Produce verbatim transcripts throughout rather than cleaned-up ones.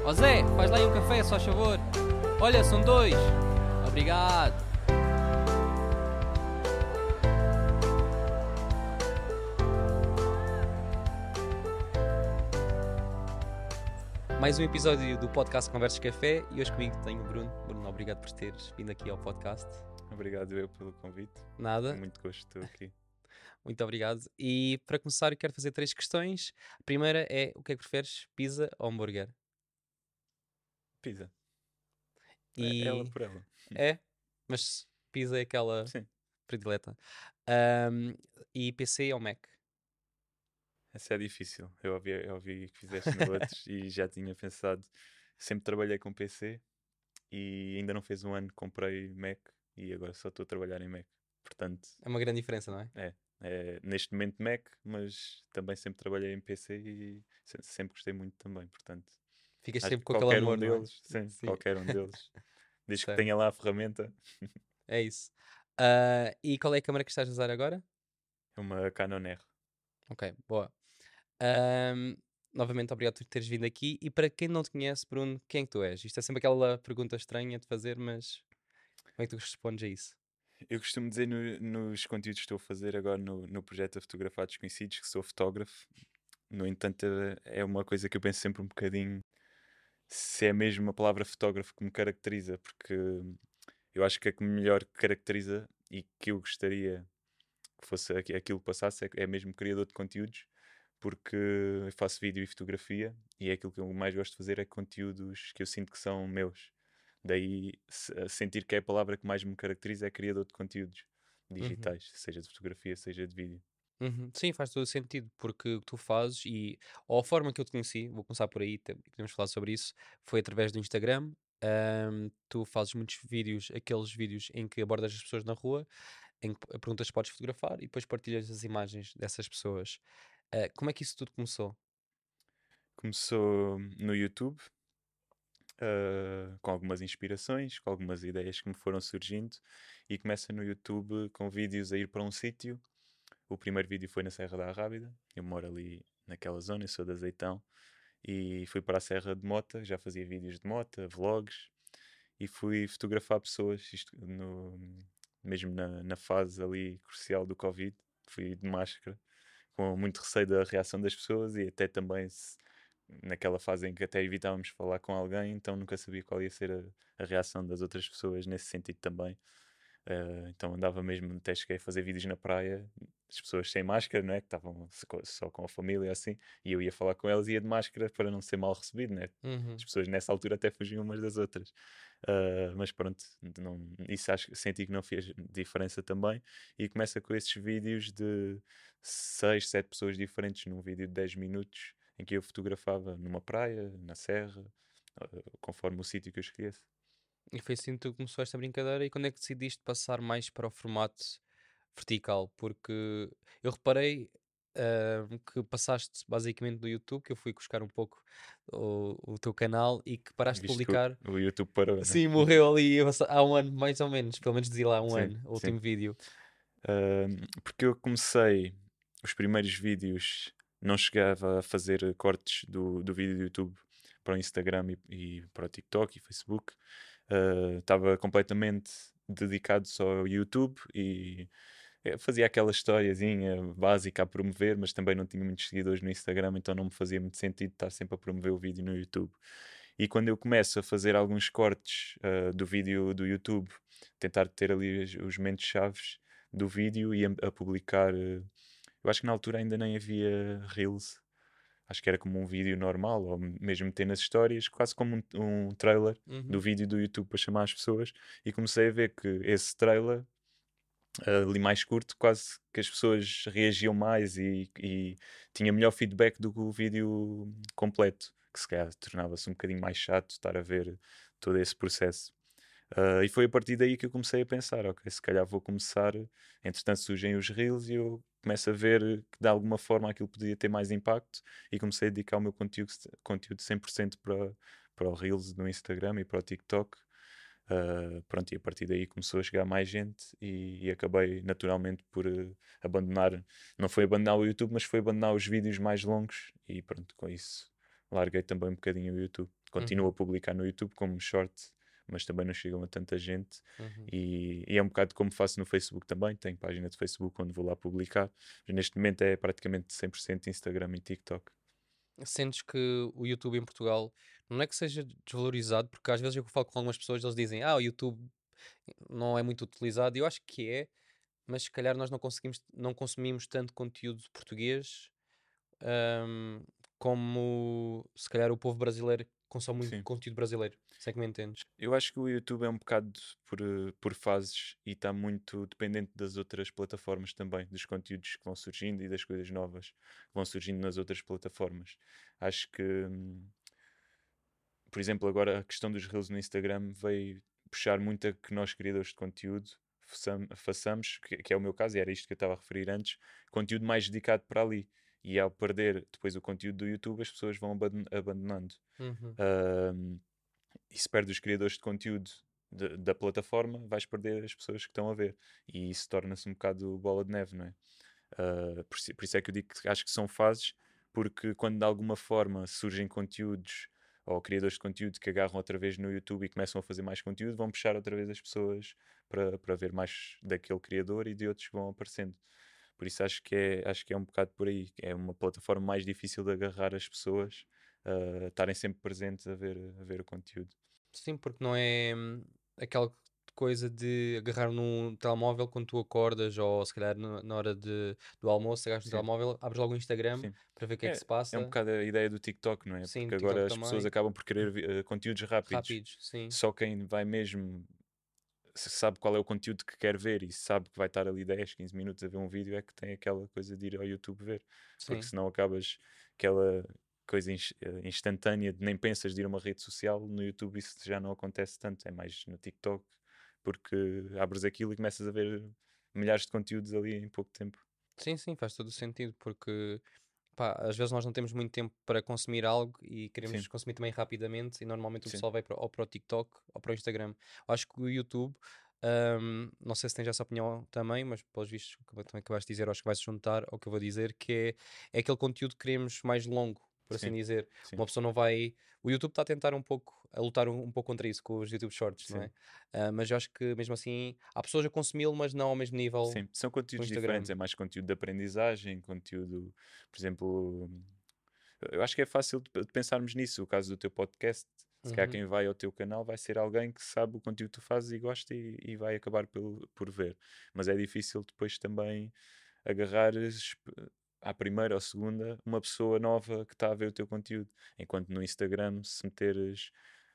Ó Zé, faz lá aí um café, só favor. Olha, são dois. Obrigado. Mais um episódio do podcast Conversas Café e hoje comigo tenho o Bruno. Bruno, obrigado por teres vindo aqui ao podcast. Obrigado eu pelo convite. Nada. Com muito gosto estou aqui. Muito obrigado. E para começar eu quero fazer três questões. A primeira é, o que é que preferes, pizza ou hambúrguer? Pizza. E... É ela por ela. É, mas pizza é aquela Sim. predileta. Um, e P C ou Mac? Essa é difícil. Eu ouvi, eu ouvi que fizeste no outros e já tinha pensado. Sempre trabalhei com P C e ainda não fez um ano que comprei Mac e agora só estou a trabalhar em Mac. Portanto, É uma grande diferença, não é? é, é neste momento Mac, mas também sempre trabalhei em P C e se- sempre gostei muito também. Portanto, Ficas acho sempre que com aquele qualquer amor, um não é? deles, sim, Sim. qualquer um deles, desde que Certo. tenha lá a ferramenta. É isso. Ah, e qual é a câmera que estás a usar agora? É uma Canon R. Ok, boa. Ahm, novamente, obrigado por teres vindo aqui. E para quem não te conhece, Bruno, quem é que tu és? Isto é sempre aquela pergunta estranha de fazer, mas como é que tu respondes a isso? Eu costumo dizer no- nos conteúdos que estou a fazer agora no, no projeto A Fotografar Desconhecidos que sou fotógrafo. No entanto, é é uma coisa que eu penso sempre um bocadinho se é mesmo a palavra fotógrafo que me caracteriza, porque eu acho que a que me melhor caracteriza e que eu gostaria que fosse aqui- aquilo que passasse é, é mesmo criador de conteúdos, porque eu faço vídeo e fotografia e é aquilo que eu mais gosto de fazer é conteúdos que eu sinto que são meus. Daí se- a sentir que é a palavra que mais me caracteriza é criador de conteúdos Uhum. digitais, seja de fotografia, seja de vídeo. Uhum. Sim, faz todo o sentido, porque o que tu fazes e ou a forma que eu te conheci, vou começar por aí, te- podemos falar sobre isso, foi através do Instagram. Ahm, tu fazes muitos vídeos, aqueles vídeos em que abordas as pessoas na rua, em que p- perguntas se podes fotografar e depois partilhas as imagens dessas pessoas. Ah, como é que isso tudo começou? Começou no YouTube, ah, com algumas inspirações, com algumas ideias que me foram surgindo, e começa no YouTube com vídeos a ir para um sítio. O primeiro vídeo foi na Serra da Arrábida, eu moro ali naquela zona, eu sou de Azeitão, e fui para a Serra de Mota, já fazia vídeos de mota, vlogs, e fui fotografar pessoas, isto no, mesmo na, na fase ali crucial do Covid, fui de máscara, com muito receio da reação das pessoas e até também se, naquela fase em que até evitávamos falar com alguém, então nunca sabia qual ia ser a, a reação das outras pessoas nesse sentido também. Uh, então andava mesmo, até cheguei a fazer vídeos na praia, as pessoas sem máscara, não é? Que estavam só com a família assim, e eu ia falar com elas e ia de máscara para não ser mal recebido, né? Uhum. As pessoas nessa altura até fugiam umas das outras. Uh, mas pronto, não, isso acho que senti que não fez diferença também. E começa com esses vídeos de seis sete pessoas diferentes num vídeo de dez minutos em que eu fotografava numa praia, na serra, uh, conforme o sítio que eu escolhesse. E foi assim que tu começou esta brincadeira. E quando é que decidiste passar mais para o formato vertical? Porque eu reparei ah, que passaste basicamente do YouTube, que eu fui buscar um pouco o, o teu canal e que paraste de Visto que o, publicar. o YouTube parou, né? Sim, morreu ali há um ano, mais ou menos. Pelo menos dizia lá um Sim, ano, o sim. último vídeo. Ahm, porque eu comecei os primeiros vídeos, não chegava a fazer cortes do, do vídeo do YouTube para o Instagram e, e para o TikTok e Facebook. Ah, Estava completamente dedicado só ao YouTube e eh, fazia aquela historiazinha básica a promover, mas também não tinha muitos seguidores no Instagram, então não me fazia muito sentido estar sempre a promover o vídeo no YouTube. E quando eu começo a fazer alguns cortes ah, do vídeo do YouTube, tentar ter ali os, os momentos chaves do vídeo e a, a publicar. eh, eu acho que na altura ainda nem havia Reels. Acho que era como um vídeo normal, ou mesmo meter nas histórias, quase como um, um trailer do Uhum. vídeo do YouTube para chamar as pessoas. E comecei a ver que esse trailer, ali mais curto, quase que as pessoas reagiam mais e, e tinha melhor feedback do que o vídeo completo, que se calhar tornava-se um bocadinho mais chato estar a ver todo esse processo. Uh, e foi a partir daí que eu comecei a pensar, ok, se calhar vou começar, entretanto surgem os Reels e eu começo a ver que de alguma forma aquilo podia ter mais impacto e comecei a dedicar o meu conteúdo, conteúdo cem por cento para, para o Reels no Instagram e para o TikTok. Uh, pronto, e a partir daí começou a chegar mais gente e, e acabei naturalmente por uh, abandonar, não foi abandonar o YouTube, mas foi abandonar os vídeos mais longos e pronto, com isso larguei também um bocadinho o YouTube. Continuo Uhum, a publicar no YouTube como short, mas também não chegam a tanta gente. uhum. E, e é um bocado como faço no Facebook também. Tenho página de Facebook onde vou lá publicar. Mas neste momento é praticamente cem por cento Instagram e TikTok. Sentes que o YouTube em Portugal não é que seja desvalorizado, porque às vezes eu falo com algumas pessoas, eles dizem, ah, o YouTube não é muito utilizado, e eu acho que é, mas se calhar nós não conseguimos, não consumimos tanto conteúdo português, ahm, como se calhar o povo brasileiro consome muito Sim. conteúdo brasileiro. Se é que me entendes? Eu acho que o YouTube é um bocado por, eh, por fases e está muito dependente das outras plataformas também, dos conteúdos que vão surgindo e das coisas novas que vão surgindo nas outras plataformas. Acho que, hum, por exemplo, agora a questão dos Reels no Instagram veio puxar muito a que nós, criadores de conteúdo, façam- façamos, que, que é o meu caso, e era isto que eu estava a referir antes, conteúdo mais dedicado para ali. E ao perder depois o conteúdo do YouTube, as pessoas vão abandon- abandonando. Uhum. Ahm, e se perde os criadores de conteúdo de- da plataforma, vais perder as pessoas que estão a ver. E isso torna-se um bocado bola de neve, não é? Ah, por, isso por isso é que eu digo que acho que são fases, porque quando de alguma forma surgem conteúdos ou criadores de conteúdo que agarram outra vez no YouTube e começam a fazer mais conteúdo, vão puxar outra vez as pessoas para, para ver mais daquele criador e de outros que vão aparecendo. Por isso acho que é, acho que é um bocado por aí. É uma plataforma mais difícil de agarrar as pessoas, ah, estarem sempre presentes a ver, a ver o conteúdo. Sim, porque não é hum, aquela coisa de agarrar num telemóvel quando tu acordas, ou se calhar na, na hora de, do almoço, agarras no Sim, telemóvel, abres logo o Instagram sim. para ver o que é que É, se é um passa. bocado a ideia do TikTok, não é? Sim, Porque TikTok agora as pessoas também. acabam por querer vi- eh, conteúdos rápidos. Rápidos, sim, Só quem vai mesmo, se sabe qual é o conteúdo que quer ver e sabe que vai estar ali dez, quinze minutos a ver um vídeo, é que tem aquela coisa de ir ao YouTube ver. Porque sim. senão acabas aquela coisa ins- eh, instantânea de nem pensas de ir a uma rede social. No YouTube isso já não acontece tanto, é mais no TikTok, porque abres aquilo e começas a ver milhares de conteúdos ali em pouco tempo. Sim, sim, faz todo o sentido, porque pá, às vezes nós não temos muito tempo para consumir algo e queremos Sim, consumir também rapidamente, e normalmente o sim, pessoal vai para, ou para o TikTok ou para o Instagram. Eu acho que o YouTube, hum, não sei se tens essa opinião também, mas pelos vistos, o que também acabaste de dizer, acho que vai-se juntar ao que eu vou dizer, que é, é aquele conteúdo que queremos mais longo, por assim sim, dizer. sim, Uma pessoa não vai. O YouTube está a tentar um pouco, a lutar um, um pouco contra isso com os YouTube Shorts, não sim. é? Ah, mas eu acho que mesmo assim há pessoas a consumi-lo, mas não ao mesmo nível Sim, são que o conteúdos diferentes, Instagram. é mais conteúdo de aprendizagem, conteúdo, por exemplo, eu acho que é fácil de de pensarmos nisso. O caso do teu podcast, se calhar Uhum, quem vai ao teu canal vai ser alguém que sabe o conteúdo que tu fazes e gosta e, e vai acabar pelo, por ver. Mas é difícil depois também agarrares eh, à primeira ou segunda uma pessoa nova que está a ver o teu conteúdo. Enquanto no Instagram, se meteres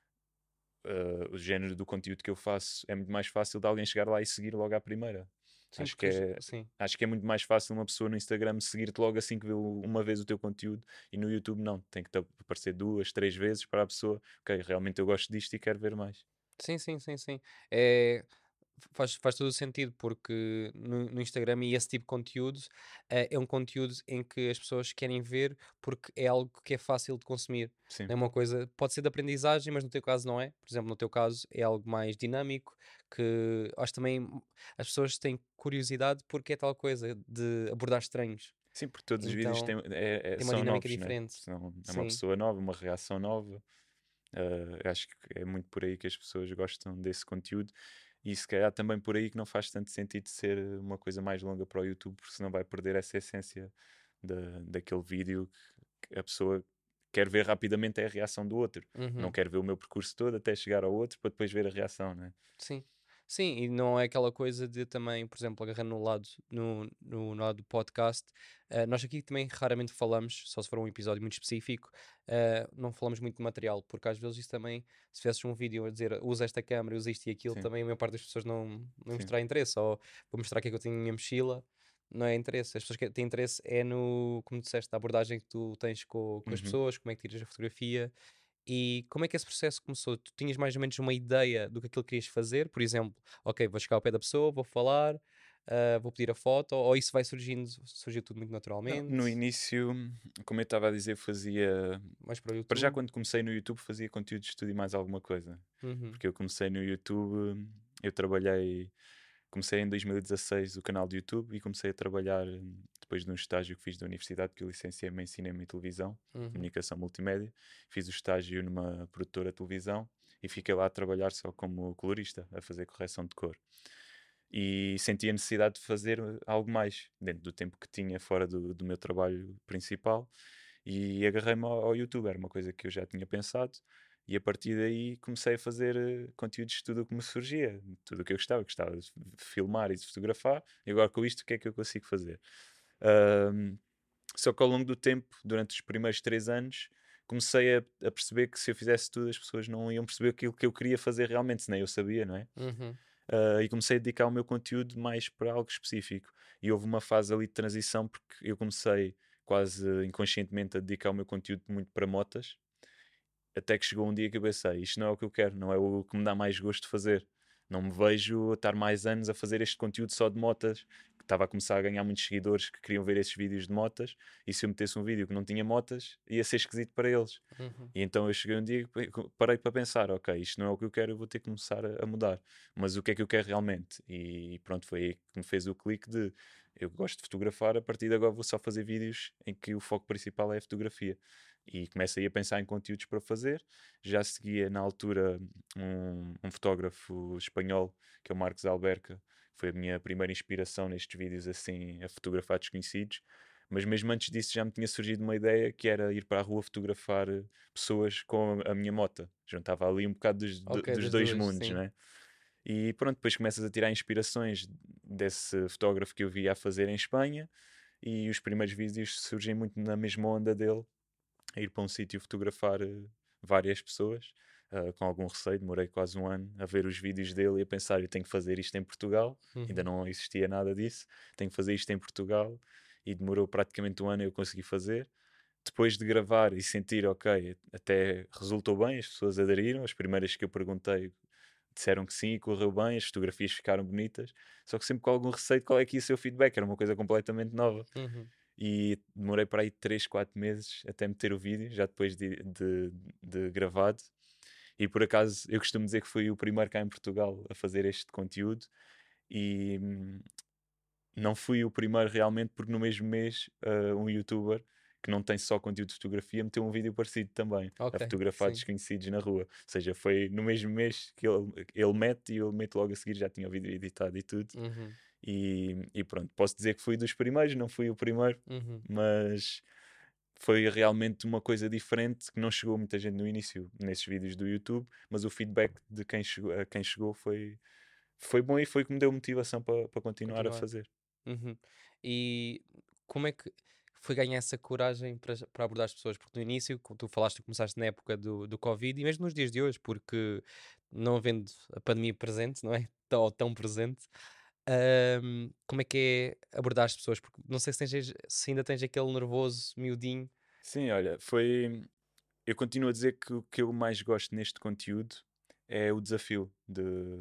eh, o género do conteúdo que eu faço, é muito mais fácil de alguém chegar lá e seguir logo à primeira. sim, Acho que porque é, sim. acho que é muito mais fácil uma pessoa no Instagram seguir-te logo assim que vê o- uma vez o teu conteúdo e no YouTube não. Tem que te aparecer duas, três vezes para a pessoa, ok, realmente eu gosto disto e quero ver mais. Sim, sim, sim, sim. É, faz, faz todo o sentido, porque no, no Instagram e esse tipo de conteúdo eh, é um conteúdo em que as pessoas querem ver porque é algo que é fácil de consumir. Sim, Não é uma coisa, pode ser de aprendizagem, mas no teu caso não é. Por exemplo, no teu caso é algo mais dinâmico, que acho também as pessoas têm curiosidade porque é tal coisa de abordar estranhos. sim, porque todos os vídeos Então têm, é- é- tem uma são dinâmica novos, né? diferente. São, é uma Sim. pessoa nova, uma reação nova. Uh, eu acho que é muito por aí que as pessoas gostam desse conteúdo e se calhar também por aí que não faz tanto sentido ser uma coisa mais longa para o YouTube, porque senão vai perder essa essência da, daquele vídeo que a pessoa quer ver rapidamente é a reação do outro, não Uhum. quer ver o meu percurso todo até chegar ao outro para depois ver a reação, né? Sim. Sim, e não é aquela coisa de também, por exemplo, agarrando no lado, no, no, no lado do podcast, eh, nós aqui também raramente falamos, só se for um episódio muito específico, eh, não falamos muito de material, porque às vezes isso também, se fizesses um vídeo a dizer usa esta câmera, usa isto e aquilo, Sim, também a maior parte das pessoas não, não ia sim, mostrar interesse, ou vou mostrar o que é que eu tenho na minha mochila, não é interesse. As pessoas que têm interesse é no, como disseste, a abordagem que tu tens com, com as uhum. pessoas, como é que tiras a fotografia, e como é que esse processo começou? Tu tinhas mais ou menos uma ideia do que aquilo que querias fazer? Por exemplo, ok, vou chegar ao pé da pessoa, vou falar, ah, vou pedir a foto, ou isso vai surgindo, surgiu tudo muito Não, naturalmente, no início, como eu estava a dizer, fazia. mais para o Para já, YouTube? quando comecei no YouTube, fazia conteúdo de estudo e mais alguma coisa. Uhum, Porque eu comecei no YouTube, eu trabalhei comecei em dois mil e dezasseis o canal de YouTube e comecei a trabalhar hum, depois de um estágio que fiz da universidade, que eu licenciei-me em Cinema e Televisão, Uhum. Comunicação Multimédia. Fiz o estágio numa produtora de televisão e fiquei lá a trabalhar só como colorista, a fazer correção de cor. E senti a necessidade de fazer eh, algo mais, dentro do tempo que tinha fora do, do meu trabalho principal, e agarrei-me ao, ao YouTube, era uma coisa que eu já tinha pensado, e a partir daí comecei a fazer eh, conteúdos de tudo o que me surgia, tudo o que eu gostava, gostava de filmar e de fotografar, e agora com isto o que é que eu consigo fazer? Ahm, Só que ao longo do tempo, durante os primeiros três anos, comecei a, a perceber que se eu fizesse tudo, as pessoas não iam perceber aquilo que eu queria fazer realmente, se nem eu sabia, não é? Uhum. Uh, e comecei a dedicar o meu conteúdo mais para algo específico. E houve uma fase ali de transição porque eu comecei quase inconscientemente a dedicar o meu conteúdo muito para motas, até que chegou um dia que eu pensei, isto não é o que eu quero, não é o que me dá mais gosto de fazer. Não me vejo a estar mais anos a fazer este conteúdo só de motas, que estava a começar a ganhar muitos seguidores que queriam ver esses vídeos de motas, e se eu metesse um vídeo que não tinha motas, ia ser esquisito para eles. Uhum. E então eu cheguei um dia que parei para pensar, ok, isto não é o que eu quero, eu vou ter que começar a, a mudar. Mas o que é que eu quero realmente? E pronto, foi aí que me fez o clique de eu gosto de fotografar, a partir de agora vou só fazer vídeos em que o foco principal é a fotografia. E comecei a pensar em conteúdos para fazer. Já seguia na altura um, um fotógrafo espanhol, que é o Marcos Alberca, foi a minha primeira inspiração nestes vídeos assim, a fotografar desconhecidos. Mas mesmo antes disso já me tinha surgido uma ideia que era ir para a rua fotografar eh, pessoas com a minha moto. Juntava ali um bocado dos, do- Ok, dos das dois duas, mundos, sim. né? E pronto, depois começas a tirar inspirações desse fotógrafo que eu via a fazer em Espanha, e os primeiros vídeos surgem muito na mesma onda dele, a ir para um sítio fotografar eh, várias pessoas, eh, com algum receio. Demorei quase um ano a ver os vídeos dele e a pensar: eu tenho que fazer isto em Portugal. Ainda Uhum. não existia nada disso. Tenho que fazer isto em Portugal. E demorou praticamente um ano e eu consegui fazer. Depois de gravar e sentir, ok, até resultou bem, as pessoas aderiram. As primeiras que eu perguntei disseram que sim e correu bem, as fotografias ficaram bonitas. Só que sempre com algum receio de qual é que ia ser o feedback. Era uma coisa completamente nova. Uhum. E demorei para aí três quatro meses até meter o vídeo, já depois de, de, de gravado. E por acaso eu costumo dizer que fui o primeiro cá em Portugal a fazer este conteúdo, e hum, não fui o primeiro realmente, porque no mesmo mês uh, um youtuber que não tem só conteúdo de fotografia meteu um vídeo parecido também, a Ok, fotografar sim. desconhecidos na rua. Ou seja, foi no mesmo mês que ele, ele mete, e eu meto logo a seguir, já tinha o vídeo editado e tudo. Uhum. E, e pronto, posso dizer que fui dos primeiros, não fui o primeiro, Uhum. mas foi realmente uma coisa diferente que não chegou muita gente no início nesses vídeos do YouTube, mas o feedback de quem chegou, a quem chegou foi, foi bom, e foi que me deu motivação para para continuar a Continuar. fazer. Uhum. E como é que foi ganhar essa coragem para, para abordar as pessoas? Porque no início, como tu falaste, tu começaste na época do, do Covid e mesmo nos dias de hoje, porque não havendo a pandemia presente, não é? Tão, tão presente, ahm, como é que é abordar as pessoas? Porque não sei se, tens, se ainda tens aquele nervoso miudinho. Sim, olha, foi. Eu continuo a dizer que o que eu mais gosto neste conteúdo é o desafio de,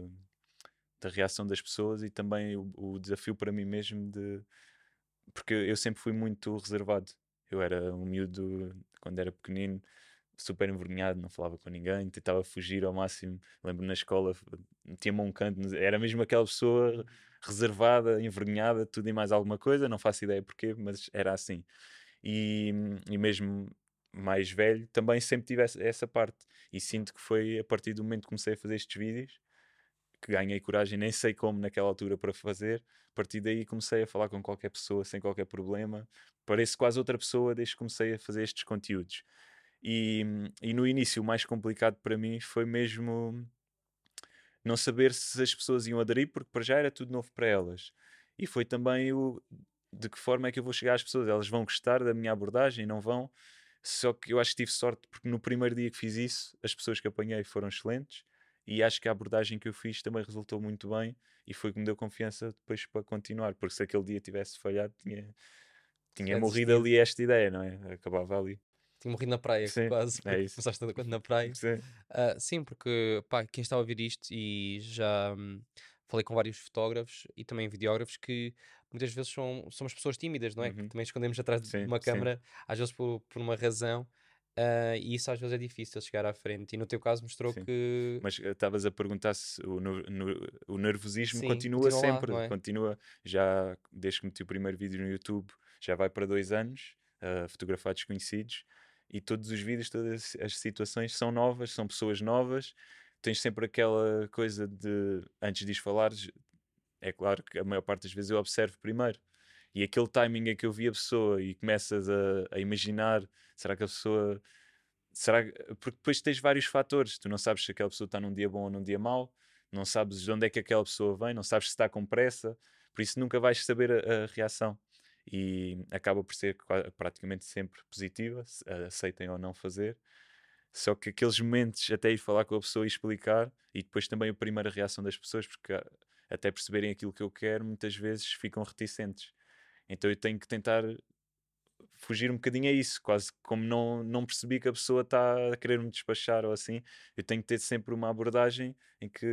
da reação das pessoas, e também o, o desafio para mim mesmo de. Porque eu sempre fui muito reservado. Eu era um miúdo, quando era pequenino, super envergonhado, não falava com ninguém, tentava fugir ao máximo. Lembro na escola, metia-me a um canto, era mesmo aquela pessoa reservada, envergonhada, tudo e mais alguma coisa, não faço ideia porquê, mas era assim. E, e mesmo mais velho, também sempre tive essa, essa parte. E sinto que foi a partir do momento que comecei a fazer estes vídeos que ganhei coragem, nem sei como naquela altura para fazer. A partir daí comecei a falar com qualquer pessoa sem qualquer problema. Pareço quase outra pessoa desde que comecei a fazer estes conteúdos. E, e no início o mais complicado para mim foi mesmo não saber se as pessoas iam aderir, porque para já era tudo novo para elas. E foi também o de que forma é que eu vou chegar às pessoas. Elas vão gostar da minha abordagem, não vão? Só que eu acho que tive sorte, porque no primeiro dia que fiz isso, as pessoas que apanhei foram excelentes, e acho que a abordagem que eu fiz também resultou muito bem, e foi que me deu confiança depois para continuar, porque se aquele dia tivesse falhado, tinha, tinha Já morrido desistido. ali esta ideia, não é? Acabava ali. Tinha morrido na praia, Sim, quase, é porque isso. começaste a na praia. Sim. Ah, sim, porque pá, quem está a ouvir isto e já hum, falei com vários fotógrafos e também videógrafos que muitas vezes são, somos pessoas tímidas, não é? Que Uhum. também escondemos atrás de Sim, uma sim. câmara, às vezes por, por uma razão. ah, e isso às vezes é difícil chegar à frente. E no teu caso mostrou Sim. que Mas eh, estavas a perguntar se o, ner- no- o nervosismo sim, continua continua lá, não sempre, é? continua já desde que meti o primeiro vídeo no YouTube, já vai para dois anos, a fotografar desconhecidos, e todos os vídeos, todas as situações são novas, são pessoas novas, tens sempre aquela coisa de, antes de os falares, é claro que a maior parte das vezes eu observo primeiro. E aquele timing em que eu vi a pessoa e começas a, a imaginar, será que a pessoa. Será, que- porque depois tens vários fatores. Tu não sabes se aquela pessoa está num dia bom ou num dia mau, não sabes de onde é que aquela pessoa vem, não sabes se está com pressa, por isso nunca vais saber a, a reação. E acaba por ser qua- praticamente sempre positiva, se- aceitem ou não fazer. Só que aqueles momentos até ir falar com a pessoa e explicar, e depois também a primeira reação das pessoas, porque ah, até perceberem aquilo que eu quero, muitas vezes ficam reticentes. Então eu tenho que tentar fugir um bocadinho a isso, quase como não, não percebi que a pessoa está a querer me despachar ou assim, eu tenho que ter sempre uma abordagem em que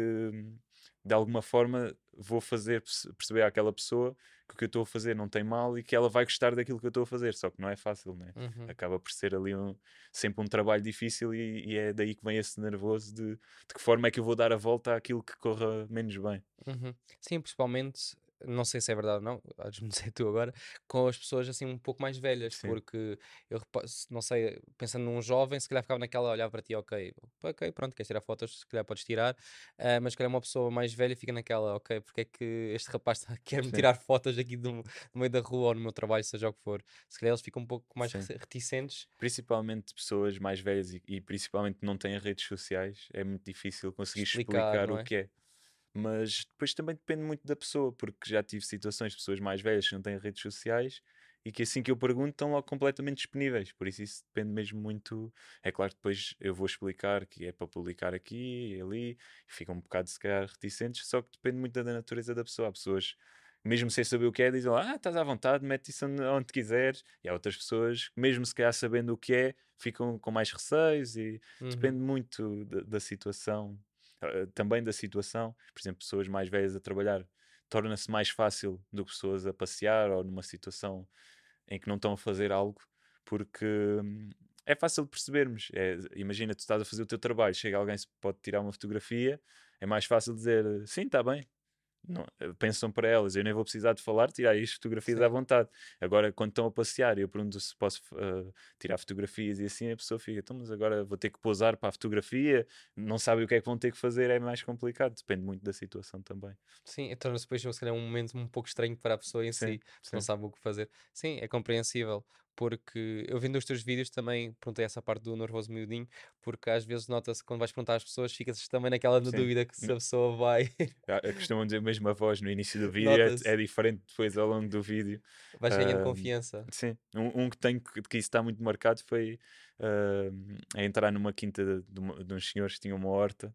de alguma forma vou fazer perce- perceber àquela pessoa que o que eu estou a fazer não tem mal e que ela vai gostar daquilo que eu estou a fazer, só que não é fácil, né? Uhum. Acaba por ser ali um- sempre um trabalho difícil e, e é daí que vem esse nervoso de, de que forma é que eu vou dar a volta àquilo que corra menos bem. Uhum. Sim, principalmente, não sei se é verdade ou não, há de me dizer tu agora, com as pessoas assim um pouco mais velhas, Sim, porque eu repa- se- não sei, pensando num jovem, se calhar ficava naquela a olhar para ti, ok, ok, pronto, queres tirar fotos, se calhar podes tirar, ah, mas se calhar uma pessoa mais velha fica naquela, ok, porque é que este rapaz tá- quer-me sim, tirar fotos aqui do, no meio da rua ou no meu trabalho, seja o que for. Se calhar eles ficam um pouco mais sim. rece- reticentes Principalmente pessoas mais velhas e, e principalmente não têm redes sociais, é muito difícil de conseguir explicar, explicar não o é? que é. Mas depois também depende muito da pessoa, porque já tive situações de pessoas mais velhas que não têm redes sociais e que assim que eu pergunto estão logo completamente disponíveis. Por isso isso depende mesmo muito. É claro que depois eu vou explicar que é para publicar aqui e ali, e ficam um bocado se calhar reticentes, só que depende muito da natureza da pessoa. Há pessoas, mesmo sem saber o que é, dizem ah, estás à vontade, mete isso onde, onde quiseres. E há outras pessoas que, mesmo se calhar sabendo o que é, ficam com mais receios e Uhum. depende muito da, da situação. Uh, também da situação, por exemplo, pessoas mais velhas a trabalhar torna-se mais fácil do que pessoas a passear ou numa situação em que não estão a fazer algo, porque hum, é fácil de percebermos. É, imagina, tu estás a fazer o teu trabalho, chega alguém que pode tirar uma fotografia, é mais fácil dizer sim, está bem, não, eh, pensam para elas, eu nem vou precisar de falar, tirar as fotografias à Sim. vontade. Agora, quando estão a passear e eu pergunto se posso eh, tirar fotografias e assim, a pessoa fica, então, mas agora vou ter que posar para a fotografia, não sabe o que é que vão ter que fazer, é mais complicado, depende muito da situação também. Sim, e torna-se depois se calhar um momento um pouco estranho para a pessoa em Sim, si, porque não sim, sabe o que fazer. Sim, é compreensível, porque eu vendo os teus vídeos também perguntei essa parte do nervoso miudinho, porque às vezes nota-se quando vais perguntar às pessoas, ficas também naquela na sim. dúvida que se N- a pessoa vai, ah, Costumam dizer mesmo a voz no início do vídeo, é, nota-se, é diferente depois ao longo do vídeo. vais ganhando Ahm, confiança. sim, um, um que tenho que, que isso está muito marcado foi ahm, a entrar numa quinta de, de, uma- de uns senhores que tinham uma horta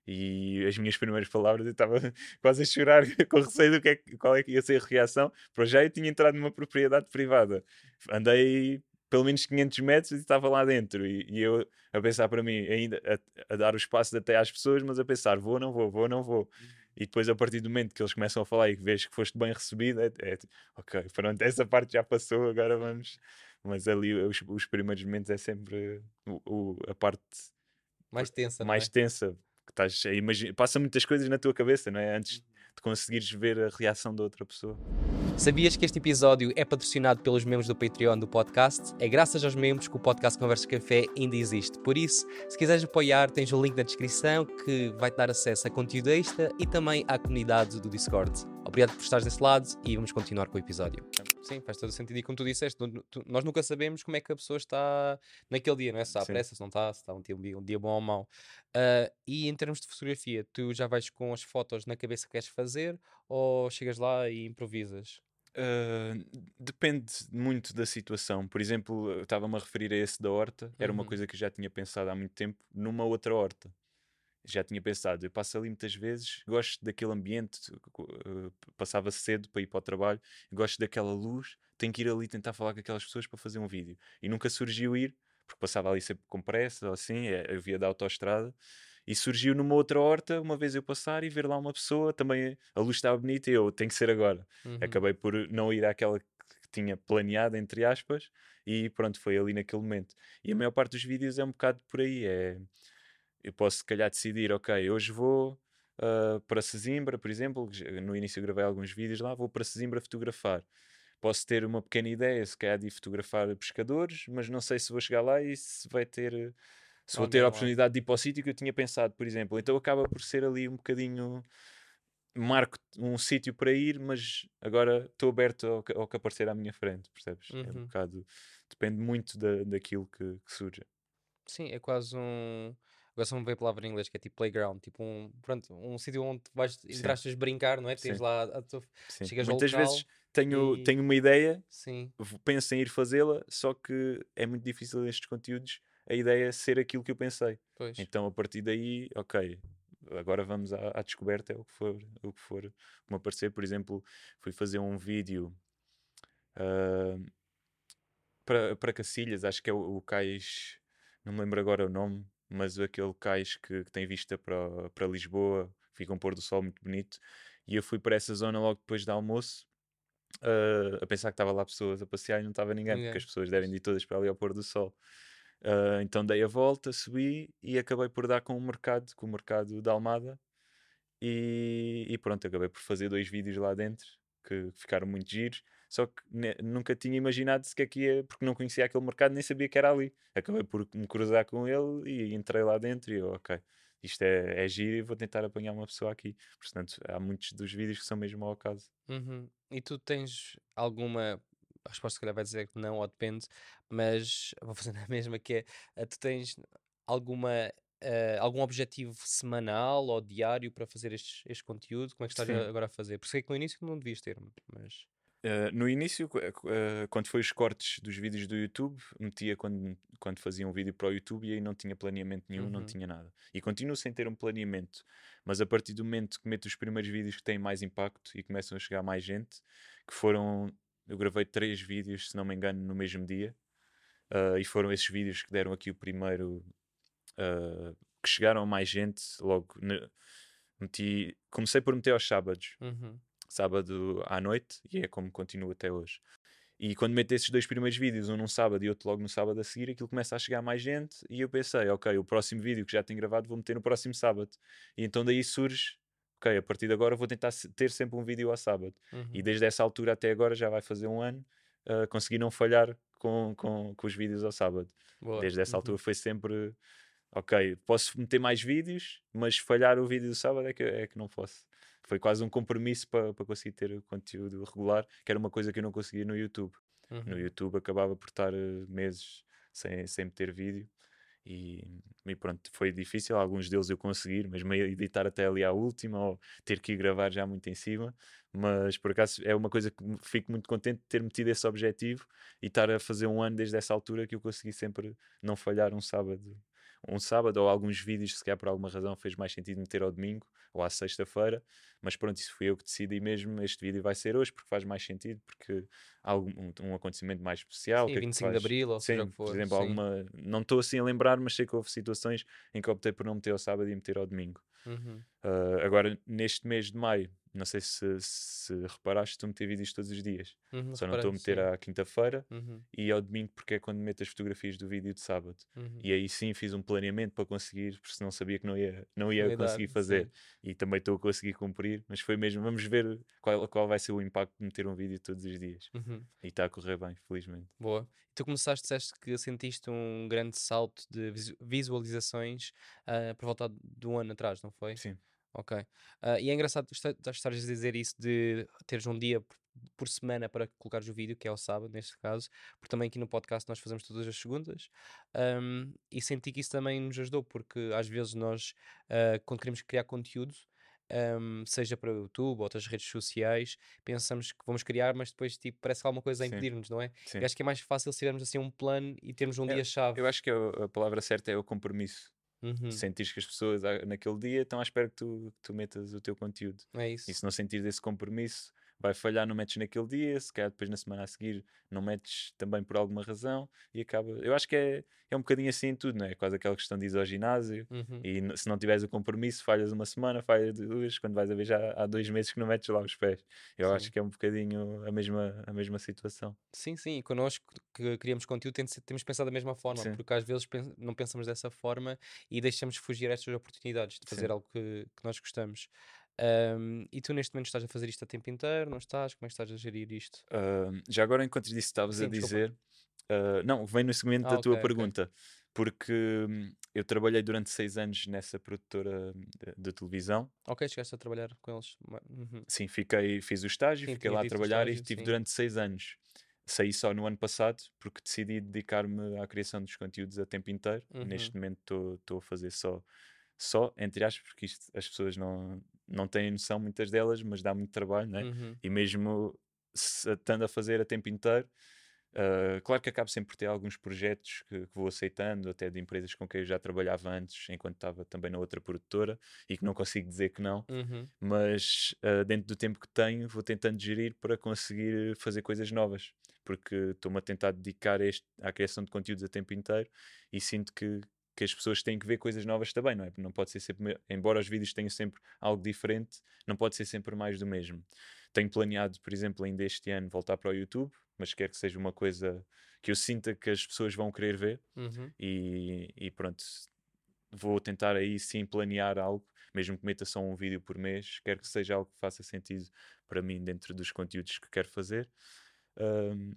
e as minhas primeiras palavras eu estava quase a chorar com receio do que é, que- qual é que ia ser a reação. Para já eu tinha entrado numa propriedade privada, andei pelo menos quinhentos metros e estava lá dentro e, e eu a pensar para mim, ainda a, a dar os passos até às pessoas, mas a pensar vou, não vou, vou, não vou. E depois, a partir do momento que eles começam a falar e que vês que foste bem recebido, é, é tipo, ok, pronto, essa parte já passou, agora vamos. Mas ali, os, os primeiros momentos é sempre o, o- a parte Mais tensa, não mais é? tensa, que estás a imaginar, passa muitas coisas na tua cabeça, não é? Antes de conseguires ver a reação da outra pessoa. Sabias que este episódio é patrocinado pelos membros do Patreon do podcast? É graças aos membros que o podcast Conversa Café ainda existe. Por isso, se quiseres apoiar, tens o link na descrição que vai-te dar acesso a conteúdo extra e também à comunidade do Discord. Obrigado por estares desse lado e vamos continuar com o episódio. Sim, faz todo o sentido. E como tu disseste, nu- tu- nós nunca sabemos como é que a pessoa está naquele dia, não é? Se está à Sim. pressa, se não está, se está um dia, um dia um dia bom ou mau. Ah, e em termos de fotografia, tu já vais com as fotos na cabeça que queres fazer ou chegas lá e improvisas? Uh, depende muito da situação. Por exemplo, eu estava-me a referir a esse da horta, era uma Uhum. coisa que eu já tinha pensado há muito tempo numa outra horta. Já tinha pensado, eu passo ali muitas vezes, gosto daquele ambiente, uh, passava cedo para ir para o trabalho, gosto daquela luz, tenho que ir ali tentar falar com aquelas pessoas para fazer um vídeo. E nunca surgiu ir, porque passava ali sempre com pressa, ou assim, é, eu via da autoestrada, e surgiu numa outra horta, uma vez eu passar e ver lá uma pessoa, também a luz estava bonita e eu, tem que ser agora. Uhum. Acabei por não ir àquela que tinha planeado, entre aspas, e pronto, foi ali naquele momento. E a maior parte dos vídeos é um bocado por aí, é... Eu posso, se calhar, decidir, ok, hoje vou uh, para Sesimbra, por exemplo, no início eu gravei alguns vídeos lá, vou para Sesimbra fotografar. Posso ter uma pequena ideia, se calhar, de ir fotografar pescadores, mas não sei se vou chegar lá e se vai ter... Se vou ter a Alguém lá. oportunidade de ir para o sítio que eu tinha pensado, por exemplo. Então acaba por ser ali um bocadinho... Marco um sítio para ir, mas agora estou aberto ao que, ao que aparecer à minha frente, percebes? É um Uhum. bocado... Depende muito da, daquilo que, que surge. Sim, é quase um. Agora só me veio a palavra em inglês que é tipo playground, tipo um, pronto, um sítio onde tu vais, entre Sim, aspas, brincar, não é? Tens sim. lá, a tua- Sim, chegas ao muitas vezes local tenho, e tenho uma ideia, sim, v- penso em ir fazê-la, só que é muito difícil nestes conteúdos a ideia ser aquilo que eu pensei. pois. Então a partir daí, ok, agora vamos à, à descoberta, é o que for, o que for me aparecer. Por exemplo, fui fazer um vídeo ah, para, para Cacilhas, acho que é o, o cais, não me lembro agora o nome, mas aquele cais que, que tem vista para, para Lisboa, fica um pôr do sol muito bonito. E eu fui para essa zona logo depois do almoço, uh, a pensar que estava lá pessoas a passear e não estava ninguém, porque as Ninguém. pessoas devem Pois. ir todas para ali ao pôr do sol. Uh, então dei a volta, subi e acabei por dar com o mercado, com o mercado da Almada, e, e pronto, acabei por fazer dois vídeos lá dentro que ficaram muito giros. Só que ne- nunca tinha imaginado sequer que ia, porque não conhecia aquele mercado, nem sabia que era ali. Acabei por me cruzar com ele e entrei lá dentro e eu, ok, isto é, é giro e vou tentar apanhar uma pessoa aqui. Portanto, há muitos dos vídeos que são mesmo ao acaso. Uhum. E tu tens alguma. A resposta se calhar vai dizer que não, ou depende, mas vou fazer a mesma que é, eh, tu tens alguma, eh, algum objetivo semanal ou diário para fazer estes, este conteúdo? Como é que estás Sim. a- agora a fazer? Porque sei que no início não devias ter, mas... Uh, no início, qu- uh, uh, quando foi os cortes dos vídeos do YouTube, metia quando, quando fazia um vídeo para o YouTube e aí não tinha planeamento nenhum, não Uhum. tinha nada. E continuo sem ter um planeamento, mas a partir do momento que meto os primeiros vídeos que têm mais impacto e começam a chegar mais gente, que foram, eu gravei três vídeos, se não me engano, no mesmo dia, uh, e foram esses vídeos que deram aqui o primeiro, uh, que chegaram a mais gente, logo ne- meti, comecei por meter aos sábados Uhum. sábado à noite, e é como continuo até hoje. E quando meto esses dois primeiros vídeos, um num sábado e outro logo no sábado a seguir, aquilo começa a chegar mais gente, e eu pensei, ok, o próximo vídeo que já tenho gravado vou meter no próximo sábado. E então daí surge, ok, a partir de agora vou tentar ter sempre um vídeo ao sábado. E Uhum. desde essa altura até agora, já vai fazer um ano, uh, consegui não falhar com, com, com os vídeos ao sábado. Boa. Desde essa altura Uhum. foi sempre, ok, posso meter mais vídeos, mas falhar o vídeo do sábado é que, é que não posso. Foi quase um compromisso para para conseguir ter o conteúdo regular, que era uma coisa que eu não conseguia no YouTube. No Uhum. YouTube acabava por estar eh, meses sem, sem meter vídeo e, e pronto, foi difícil. Alguns deles eu conseguir, mas meio editar até ali à última ou ter que ir gravar já muito em cima. Mas por acaso é uma coisa que me- fico muito contente de ter metido esse objetivo e estar a fazer um ano desde essa altura que eu consegui sempre não falhar um sábado. Um sábado ou alguns vídeos, se calhar por alguma razão fez mais sentido meter ao domingo ou à sexta-feira, mas pronto, isso fui eu que decidi mesmo. Este vídeo vai ser hoje porque faz mais sentido, porque há algum, um, um acontecimento mais especial, o Sim, que é que vinte e cinco de faz? Abril, ou seja o Sim, que por for. exemplo, Sim. alguma. Não estou assim a lembrar, mas sei que houve situações em que optei por não meter ao sábado e meter ao domingo. Uhum. Uh, agora, neste mês de maio, não sei se, se reparaste, estou a meter vídeos todos os dias. Uhum. Só não estou Reparei, a meter sim. à quinta-feira Uhum. e ao domingo, porque é quando meto as fotografias do vídeo de sábado. Uhum. E aí sim fiz um planeamento para conseguir, porque senão sabia que não ia, não Não ia ia dar, conseguir fazer. sim. E também estou a conseguir cumprir, mas foi mesmo. Vamos ver qual, qual vai ser o impacto de meter um vídeo todos os dias. Uhum. E está a correr bem, felizmente. Boa. Tu começaste, disseste que sentiste um grande salto de visu- visualizações ah, por volta do ano atrás, não foi? Sim, Ok. Ah, e é engraçado tu esta- tu estares a dizer isso de teres um dia por, por semana para colocares o vídeo, que é o sábado, neste caso, porque também aqui no podcast nós fazemos todas as segundas, ahm, e senti que isso também nos ajudou, porque às vezes nós, ah, quando queremos criar conteúdo, ahm, seja para o YouTube ou outras redes sociais, pensamos que vamos criar, mas depois tipo, parece que há alguma coisa a sim, impedir-nos, não é? Eu sim. acho que é mais fácil se tivermos assim um plano e termos um É, dia-chave. eu acho que a, a palavra certa é o compromisso. Uhum, Sentires que as pessoas ah, naquele dia estão à espera que tu, que tu metas o teu conteúdo. é E isso. se não sentires esse compromisso, vai falhar, não metes naquele dia, se calhar depois na semana a seguir não metes também por alguma razão e acaba. Eu acho que é, é um bocadinho assim em tudo, não é? Quase aquela questão de ir ao ginásio Uhum. e n- se não tiveres o compromisso, falhas uma semana, falhas duas, quando vais a ver já há dois meses que não metes lá os pés. Eu acho Sim. que é um bocadinho a mesma, a mesma situação. Sim, sim, e connosco que criamos conteúdo tem de ser- temos pensado da mesma forma, Sim, porque às vezes pen- não pensamos dessa forma e deixamos fugir a estas oportunidades de fazer sim. algo que, que nós gostamos. Ahm, e tu neste momento estás a fazer isto a tempo inteiro, não estás? Como é que estás a gerir isto? Ah, já agora, enquanto disso estavas a Sim, desculpa. dizer, ah, não, vem no segmento Ah, da ok, tua ok. pergunta, porque hum, eu trabalhei durante seis anos nessa produtora de, de televisão. Ok, chegaste a trabalhar com eles. ma- Uhum. Sim, fiquei, fiz o estágio, Sim, fiquei tinhas lá a dito o trabalhar e estágio, estive sim. durante seis anos. Saí só no ano passado porque decidi dedicar-me à criação dos conteúdos a tempo inteiro. Uhum, Neste momento estou a fazer só, só, entre aspas, porque isto as pessoas não, não têm noção, muitas delas, mas dá muito trabalho, né? uhum, E mesmo se, estando a fazer a tempo inteiro, Uh, claro que acabo sempre por ter alguns projetos que, que vou aceitando, até de empresas com quem eu já trabalhava antes, enquanto estava também na outra produtora, e que não consigo dizer que não, uhum, mas uh, dentro do tempo que tenho, vou tentando gerir para conseguir fazer coisas novas, porque estou-me a tentar dedicar a este, à criação de conteúdos a tempo inteiro e sinto que, que as pessoas têm que ver coisas novas também, não é? Não pode ser sempre, embora os vídeos tenham sempre algo diferente, não pode ser sempre mais do mesmo. Tenho planeado, por exemplo, ainda este ano voltar para o YouTube, mas quero que seja uma coisa que eu sinta que as pessoas vão querer ver uhum. e, e pronto, vou tentar aí sim planear algo, mesmo que meta só um vídeo por mês, quero que seja algo que faça sentido para mim dentro dos conteúdos que quero fazer. Um,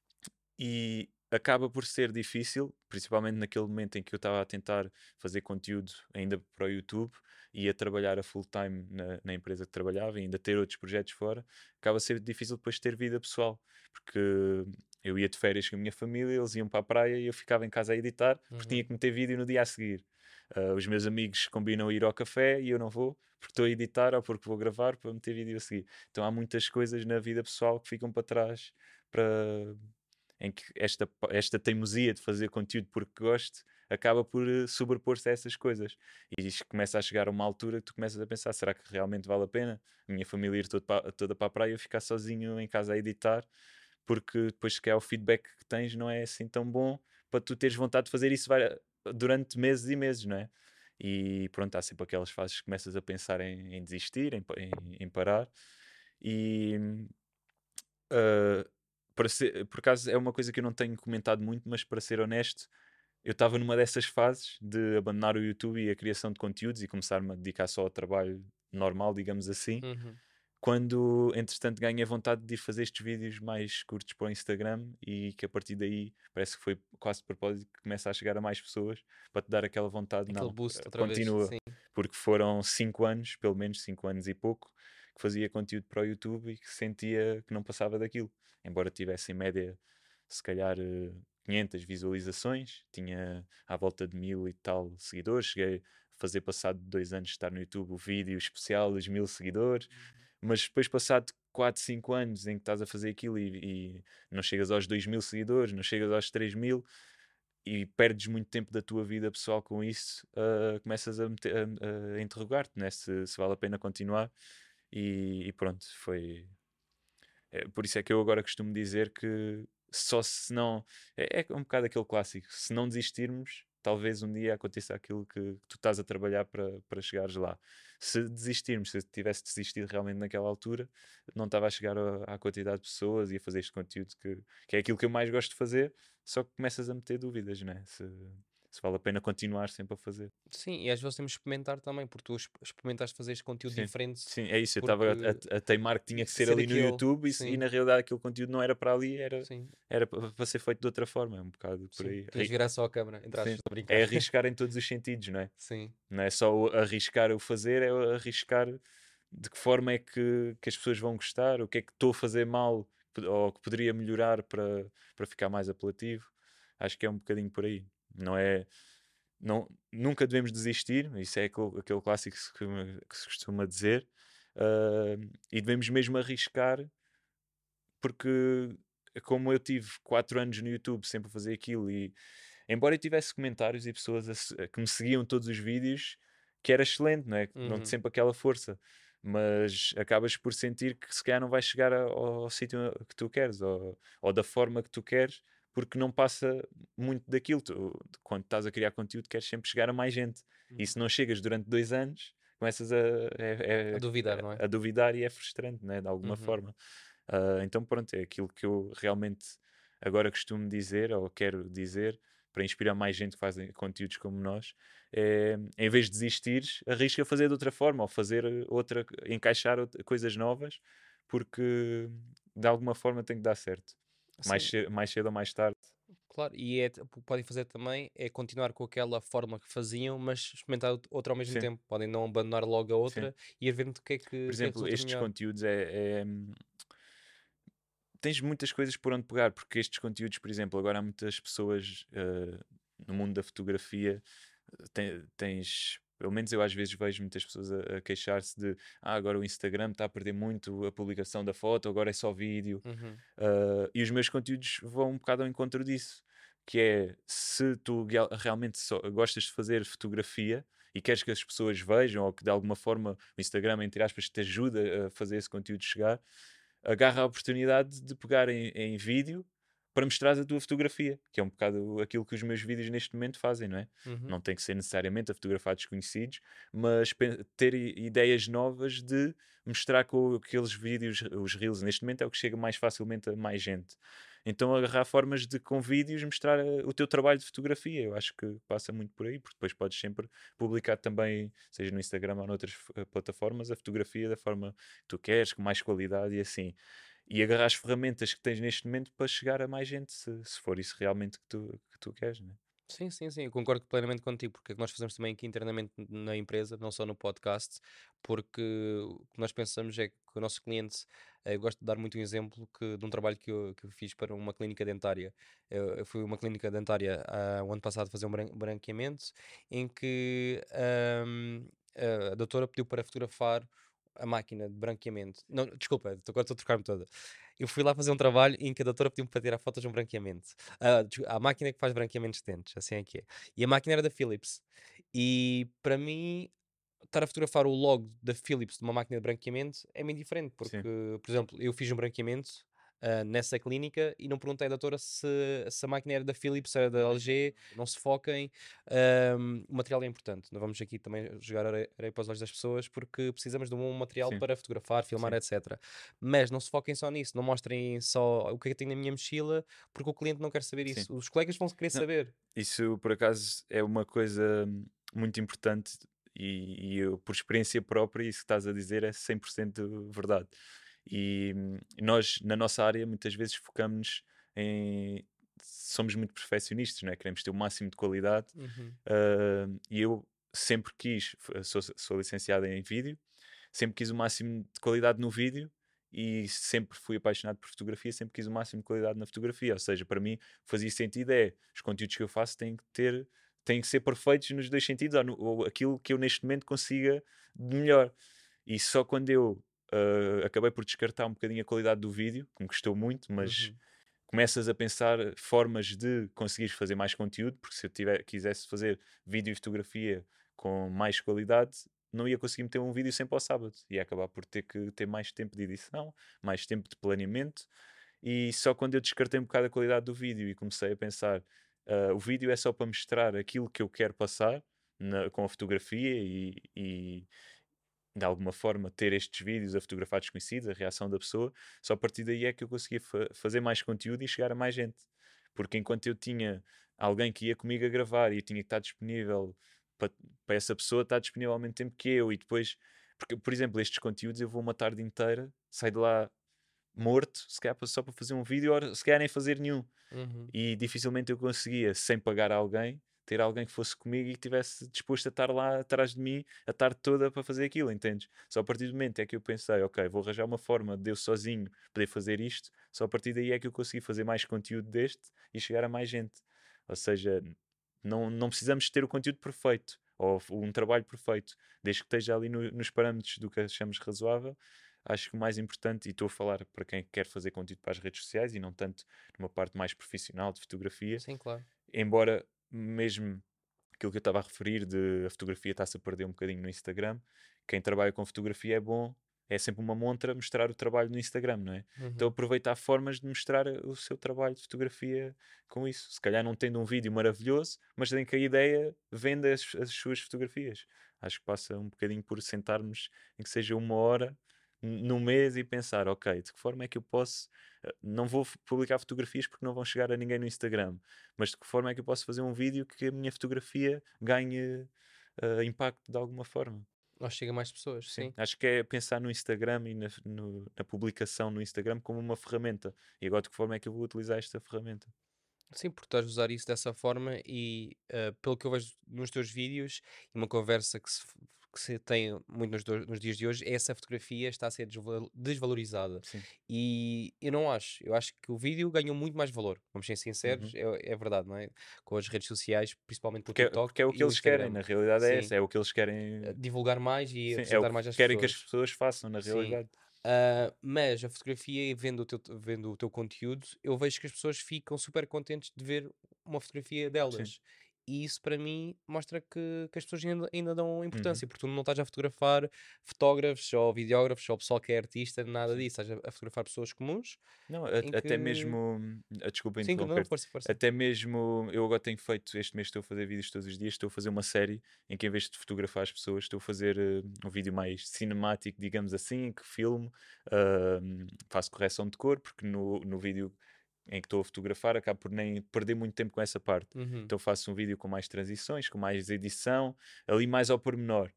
e acaba por ser difícil, principalmente naquele momento em que eu estava a tentar fazer conteúdo ainda para o YouTube e a trabalhar a full time na, na empresa que trabalhava e ainda ter outros projetos fora, acaba a ser difícil depois ter vida pessoal, porque eu ia de férias com a minha família, eles iam para a praia e eu ficava em casa a editar porque tinha Uhum. que meter vídeo no dia a seguir. Uh, os meus amigos combinam ir ao café e eu não vou porque estou a editar ou porque vou gravar para meter vídeo a seguir. Então há muitas coisas na vida pessoal que ficam para trás para, em que esta, esta teimosia de fazer conteúdo porque gosto acaba por uh, sobrepor-se a essas coisas. E isto começa a chegar a uma altura que tu começas a pensar: será que realmente vale a pena a minha família ir todo pa, toda para a praia e eu ficar sozinho em casa a editar? Porque depois, se calhar, o feedback que tens não é assim tão bom para tu teres vontade de fazer isso vai, durante meses e meses, não é? E pronto, há sempre aquelas fases que começas a pensar em, em desistir, em, em, em parar. E Uh, para ser, por acaso é uma coisa que eu não tenho comentado muito, mas para ser honesto, eu estava numa dessas fases de abandonar o YouTube e a criação de conteúdos e começar-me a dedicar só ao trabalho normal, digamos assim, Uhum. quando entretanto ganhei a vontade de ir fazer estes vídeos mais curtos para o Instagram e que a partir daí parece que foi quase de propósito que começa a chegar a mais pessoas para te dar aquela vontade, Aquele não, boost eh, outra vez, continua, sim. porque foram cinco anos, pelo menos cinco anos e pouco, que fazia conteúdo para o YouTube e que sentia que não passava daquilo, embora tivesse em média se calhar eh, quinhentas visualizações, tinha à volta de mil e tal seguidores, cheguei a fazer passado dois anos de estar no YouTube o vídeo especial dos mil seguidores, mas depois passado quatro cinco anos em que estás a fazer aquilo e, e não chegas aos dois mil seguidores, não chegas aos três mil e perdes muito tempo da tua vida pessoal com isso, uh, começas a, meter- a- a interrogar-te, né? se, se vale a pena continuar. E, e pronto, foi. É, por isso é que eu agora costumo dizer que só se não. É, é um bocado aquele clássico: se não desistirmos, talvez um dia aconteça aquilo que, que tu estás a trabalhar para, para chegares lá. Se desistirmos, se eu tivesse desistido realmente naquela altura, não estava a chegar a- à quantidade de pessoas e a fazer este conteúdo que, que é aquilo que eu mais gosto de fazer, só que começas a meter dúvidas, né? Se, se vale a pena continuar sempre a fazer. Sim, e às vezes temos que experimentar também, porque tu exp- experimentaste fazer este conteúdo Sim, diferente, sim, é isso. Eu estava a, porque a- a teimar que tinha que ser ser ali no aquele, YouTube e, se- e sim, na realidade aquele conteúdo não era para ali, era, sim, era pa- para ser feito de outra forma. É um bocado por sim. aí. Tinhas de Arri- virar só a câmera, entre aspas, Sim. estou a brincar. É arriscar em todos os sentidos, não é? Sim, Não é só o arriscar o fazer, é o arriscar de que forma é que, que as pessoas vão gostar, o que é que estou a fazer mal ou que poderia melhorar para, para ficar mais apelativo. Acho que é um bocadinho por aí. Não é. Não, nunca devemos desistir, isso é aquele, aquele clássico que se, que se costuma dizer, ah, e devemos mesmo arriscar, porque como eu tive quatro anos no YouTube sempre a fazer aquilo, e embora eu tivesse comentários e pessoas a se- que me seguiam todos os vídeos, que era excelente, não é? Não uhum, sempre aquela força, mas acabas por sentir que se calhar não vais chegar a- ao, ao sítio que tu queres, ou, ou da forma que tu queres, porque não passa muito daquilo. Tu, quando estás a criar conteúdo, queres sempre chegar a mais gente. E Uhum. se não chegas durante dois anos, começas a, A é- duvidar, não é? é- a duvidar e é frustrante, né? De alguma Uhum. forma. Ah, então, pronto, é aquilo que eu realmente agora costumo dizer, ou quero dizer, para inspirar mais gente que faz conteúdos como nós, é, em vez de desistires, arrisca a fazer de outra forma, ou fazer outra, encaixar outra- coisas novas, porque de alguma forma tem que dar certo. Mais, Sim, ce- mais cedo ou mais tarde. claro. E é, o que podem fazer também é continuar com aquela forma que faziam, mas experimentar out- outra ao mesmo Sim, tempo. Podem não abandonar logo a sim. outra e ir vendo o que é Por que, o que é que exemplo, resulta estes melhor. conteúdos é, é, tens muitas coisas por onde pegar, porque estes conteúdos, por exemplo, agora há muitas pessoas eh, no mundo da fotografia, eh, tem- tens, pelo menos eu às vezes vejo muitas pessoas a, a queixar-se de ah, agora o Instagram está a perder muito a publicação da foto, agora é só vídeo. Uhum. Uh, e os meus conteúdos vão um bocado ao encontro disso, que é se tu real- realmente só gostas de fazer fotografia e queres que as pessoas vejam ou que de alguma forma o Instagram, entre aspas, te ajuda a fazer esse conteúdo chegar, agarra a oportunidade de pegar em, em vídeo para mostrar a tua fotografia, que é um bocado aquilo que os meus vídeos neste momento fazem, não é? Uhum. Não tem que ser necessariamente a fotografar desconhecidos, mas pe- ter i- ideias novas de mostrar com aqueles vídeos, os reels, neste momento é o que chega mais facilmente a mais gente. Então agarrar formas de com vídeos mostrar eh, o teu trabalho de fotografia. Eu acho que passa muito por aí, porque depois podes sempre publicar também, seja no Instagram ou noutras eh, plataformas, a fotografia da forma que tu queres, com mais qualidade e assim. E agarrar as ferramentas que tens neste momento para chegar a mais gente, se, se for isso realmente que tu, que tu queres, né? Sim, sim, sim, eu concordo plenamente contigo, porque é que nós fazemos também aqui internamente n- na empresa, não só no podcast, porque o que nós pensamos é que o nosso cliente, eh, eu gosto de dar muito um exemplo que, de um trabalho que eu, que eu fiz para uma clínica dentária. Eu, eu fui a uma clínica dentária ah, o ano passado fazer um bran- branqueamento, em que ahm, a doutora pediu para fotografar a máquina de branqueamento. Não, desculpa, agora estou a trocar-me toda. Eu fui lá fazer um trabalho em que a doutora pediu-me para tirar fotos de um branqueamento. Ah, des a máquina que faz branqueamentos de dentes, assim é que é. E a máquina era da Philips. E para mim, estar a fotografar o logo da Philips de uma máquina de branqueamento é muito diferente, Sim, porque, por exemplo, eu fiz um branqueamento ah, nessa clínica e não perguntei à doutora se, se a máquina era da Philips, se era da L G, não se foquem. ahm, o material é importante, não vamos aqui também jogar areia areia para os olhos das pessoas, porque precisamos de um bom material sim, para fotografar, filmar, sim, etcétera. Mas não se foquem só nisso, não mostrem só o que é que eu tenho na minha mochila, porque o cliente não quer saber sim. isso. Os colegas vão querer Não, saber. isso por acaso é uma coisa hum, muito importante e, e eu, por experiência própria, isso que estás a dizer é cem por cento verdade. E hum, nós, na nossa área, muitas vezes focamos em. Somos muito perfeccionistas, não é? Queremos ter o máximo de qualidade. Uhum, ah, e eu sempre quis, f- sou, sou licenciado em vídeo, sempre quis o máximo de qualidade no vídeo e sempre fui apaixonado por fotografia, sempre quis o máximo de qualidade na fotografia. Ou seja, para mim fazia sentido é os conteúdos que eu faço têm que ter, têm que ser perfeitos nos dois sentidos, ou, no- ou aquilo que eu neste momento consiga de melhor. E só quando eu ah, acabei por descartar um bocadinho a qualidade do vídeo, que me custou muito, mas uhum, começas a pensar formas de conseguires fazer mais conteúdo, porque se eu tiver, quisesse fazer vídeo e fotografia com mais qualidade, não ia conseguir meter um vídeo sempre ao sábado. Ia acabar por ter que ter mais tempo de edição, mais tempo de planeamento. E só quando eu descartei um bocado a qualidade do vídeo e comecei a pensar, ah, o vídeo é só para mostrar aquilo que eu quero passar na- com a fotografia e, e de alguma forma ter estes vídeos a fotografar desconhecidos, a reação da pessoa, só a partir daí é que eu conseguia fa fazer mais conteúdo e chegar a mais gente. Porque enquanto eu tinha alguém que ia comigo a gravar e eu tinha que estar disponível para, para essa pessoa estar disponível ao mesmo tempo que eu e depois, porque, por exemplo, estes conteúdos eu vou uma tarde inteira, saio de lá morto, se calhar só para fazer um vídeo, ou se calhar nem fazer nenhum uhum. e dificilmente eu conseguia, sem pagar alguém, ter alguém que fosse comigo e que estivesse disposto a estar lá atrás de mim a tarde toda para fazer aquilo, entendes? Só a partir do momento é que eu pensei, ok, vou arranjar uma forma de eu sozinho poder fazer isto, só a partir daí é que eu consegui fazer mais conteúdo deste e chegar a mais gente. Ou seja, não, não precisamos ter o conteúdo perfeito ou um trabalho perfeito, desde que esteja ali no- nos parâmetros do que achamos razoável. Acho que o mais importante, e estou a falar para quem quer fazer conteúdo para as redes sociais e não tanto numa parte mais profissional de fotografia, Sim, claro. embora mesmo aquilo que eu estava a referir de a fotografia está-se a perder um bocadinho no Instagram, quem trabalha com fotografia é bom, é sempre uma montra mostrar o trabalho no Instagram, não é? Então Uhum. aproveitar formas de mostrar o seu trabalho de fotografia com isso. Se calhar não tendo um vídeo maravilhoso, mas tem que a ideia venda as, as suas fotografias. Acho que passa um bocadinho por sentarmos em que seja uma hora n- no mês e pensar, ok, de que forma é que eu posso, eh, não vou f- publicar fotografias porque não vão chegar a ninguém no Instagram, mas de que forma é que eu posso fazer um vídeo que a minha fotografia ganhe eh, impacto de alguma forma. Nós chega a mais pessoas, Sim, sim. acho que é pensar no Instagram e na, no- na publicação no Instagram como uma ferramenta. E agora de que forma é que eu vou utilizar esta ferramenta? Sim, porque estás a usar isso dessa forma e, eh, pelo que eu vejo nos teus vídeos, e uma conversa que se, f- que se tem muito nos, do- nos dias de hoje, é essa fotografia está a ser desval- desvalorizada. Sim. E eu não acho. Eu acho que o vídeo ganhou muito mais valor. Vamos ser sinceros, Uhum. é, é verdade, não é? Com as redes sociais, principalmente o Porque, é, TikTok porque é o que e o eles querem, Instagram. na realidade é Sim, essa, é o que eles eh, querem. divulgar mais e Sim, é o apresentar que mais às querem que as pessoas. pessoas façam, na Sim. realidade. Ah, mas a fotografia e vendo o teu, vendo o teu conteúdo, eu vejo que as pessoas ficam super contentes de ver uma fotografia Sim. delas. E isso para mim mostra que, que as pessoas ainda, ainda dão Uhum. importância, porque tu não estás a fotografar fotógrafos ou videógrafos ou pessoal que é artista, nada Sim. disso. Estás a, a fotografar pessoas comuns Não, a- em até que. mesmo. ah, Desculpa Sim, que não, interromper-te. força, força. Até mesmo. Eu agora tenho feito. Este mês estou a fazer vídeos todos os dias. Estou a fazer uma série em que, em vez de fotografar as pessoas, estou a fazer eh, um vídeo mais cinemático, digamos assim, em que filmo. ah, faço correção de cor, porque no, no vídeo em que estou a fotografar acabo por nem perder muito tempo com essa parte. Uhum. Então faço um vídeo com mais transições, com mais edição, ali mais ao pormenor.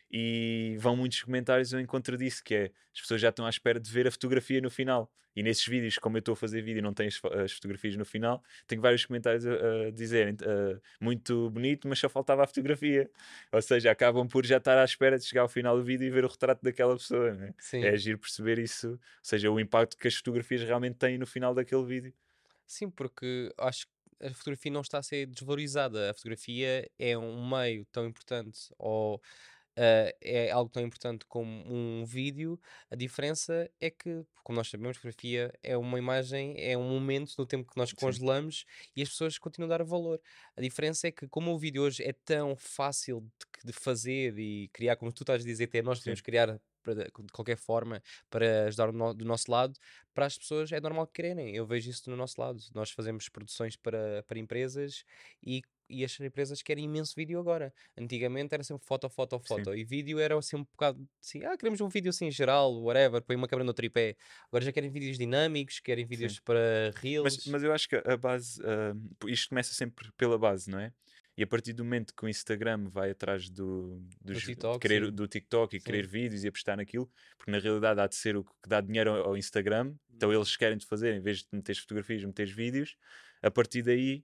E vão muitos comentários ao encontro disso, que é as pessoas já estão à espera de ver a fotografia no final. E nesses vídeos, como eu estou a fazer vídeo e não tenho as, fo- as fotografias no final, tenho vários comentários a, a dizerem uh, muito bonito, mas só faltava a fotografia. Ou seja, acabam por já estar à espera de chegar ao final do vídeo e ver o retrato daquela pessoa. Né? É Sim. agir perceber isso, ou seja, o impacto que as fotografias realmente têm no final daquele vídeo. Sim, porque acho que a fotografia não está a ser desvalorizada. A fotografia é um meio tão importante ou ah, é algo tão importante como um vídeo. A diferença é que, como nós sabemos, fotografia é uma imagem, é um momento no tempo que nós Sim, congelamos e as pessoas continuam a dar valor. A diferença é que, como o vídeo hoje é tão fácil de, de fazer e criar, como tu estás a dizer, até nós podemos sim, criar para- de qualquer forma para ajudar o no- do nosso lado, para as pessoas é normal que quererem. Eu vejo isso no nosso lado. Nós fazemos produções para, para empresas e, e as empresas querem imenso vídeo agora. Antigamente era sempre foto, foto, sim. foto. E vídeo era assim um bocado assim, ah, queremos um vídeo assim geral, whatever, põe uma câmera no tripé. Agora já querem vídeos dinâmicos, querem Sim. vídeos para Mas, reels, mas eu acho que a base, ah, isto começa sempre pela base, não é? E a partir do momento que o Instagram vai atrás do, do dos- de TikTok, querer, sim. do TikTok e querer Sim, vídeos e apostar naquilo, porque na realidade há de ser o que dá dinheiro ao, ao Instagram, então eles querem te fazer, em vez de meteres fotografias, meteres vídeos, a partir daí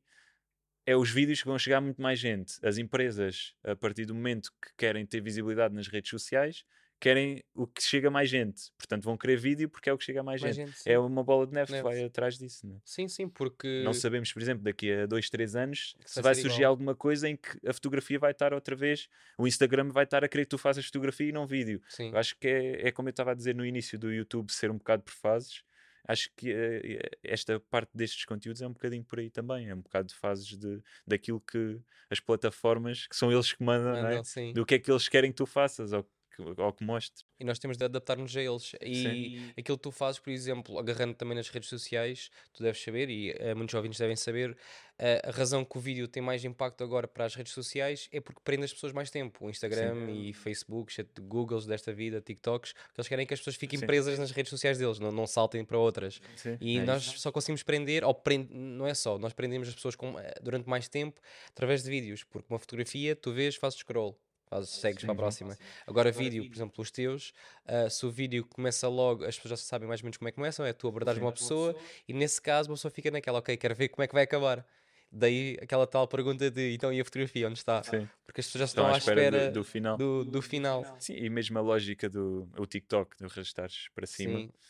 é os vídeos que vão chegar a muito mais gente. As empresas, a partir do momento que querem ter visibilidade nas redes sociais, querem o que chega a mais gente. Portanto, vão querer vídeo porque é o que chega a mais mais gente. gente, É sim. uma bola de neve que Neve. vai atrás disso, né? Sim, sim, Não porque sabemos, por exemplo, daqui a dois, três anos, que se vai vai ser surgir igual. alguma coisa em que a fotografia vai estar outra vez, o Instagram vai estar a querer que tu faças fotografia e não vídeo. Eu Sim. acho que é, é como eu estava a dizer no início do YouTube, ser um bocado por fases. Acho que eh, eh, esta parte destes conteúdos é um bocadinho por aí também. É um bocado de fases de, daquilo que as plataformas, que são eles que mandam, não é? Mandam, sim. Do que é que eles querem que tu faças ou que, ou que mostres. E nós temos de adaptar-nos a eles. Sim, E aquilo que tu fazes, por exemplo, agarrando também nas redes sociais, tu deves saber, e eh, muitos ouvintes devem saber, eh, a razão que o vídeo tem mais impacto agora para as redes sociais é porque prende as pessoas mais tempo. O sim, Instagram e Facebook, chat- Googles desta vida, TikToks, que eles querem que as pessoas fiquem sim, presas nas redes sociais deles, não, não saltem para outras. sim, E é nós isso. só conseguimos prender, ou prend, não é só, nós prendemos as pessoas com, eh, durante mais tempo através de vídeos, porque uma fotografia, tu vês, fazes scroll. Fazes, segues para a Uhum. próxima. Agora, vídeo, por exemplo, os teus, ah, se o vídeo começa logo, as pessoas já sabem mais ou menos como é que começam, é tu abordares Sim, uma pessoa e nesse caso uma pessoa fica naquela, ok, quero ver como é que vai acabar. Daí aquela tal pergunta de então e a fotografia, onde está? sim. Porque as pessoas já Estão estão à à espera do, espera do final. do, do final. Sim, e mesmo a lógica do o TikTok, de arrastares para cima, Sim,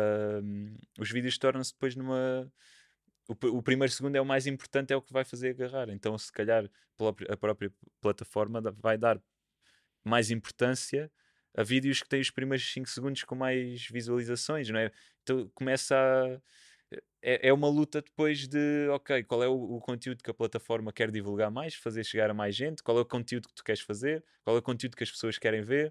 ahm, os vídeos tornam-se depois numa. O, p- o primeiro segundo é o mais importante, é o que vai fazer agarrar. Então, se calhar, própria- a própria plataforma dá- vai dar mais importância a vídeos que têm os primeiros cinco segundos com mais visualizações, não é? Então, começa a. É, é uma luta depois de, ok, qual é o, o conteúdo que a plataforma quer divulgar mais, fazer chegar a mais gente, qual é o conteúdo que tu queres fazer, qual é o conteúdo que as pessoas querem ver.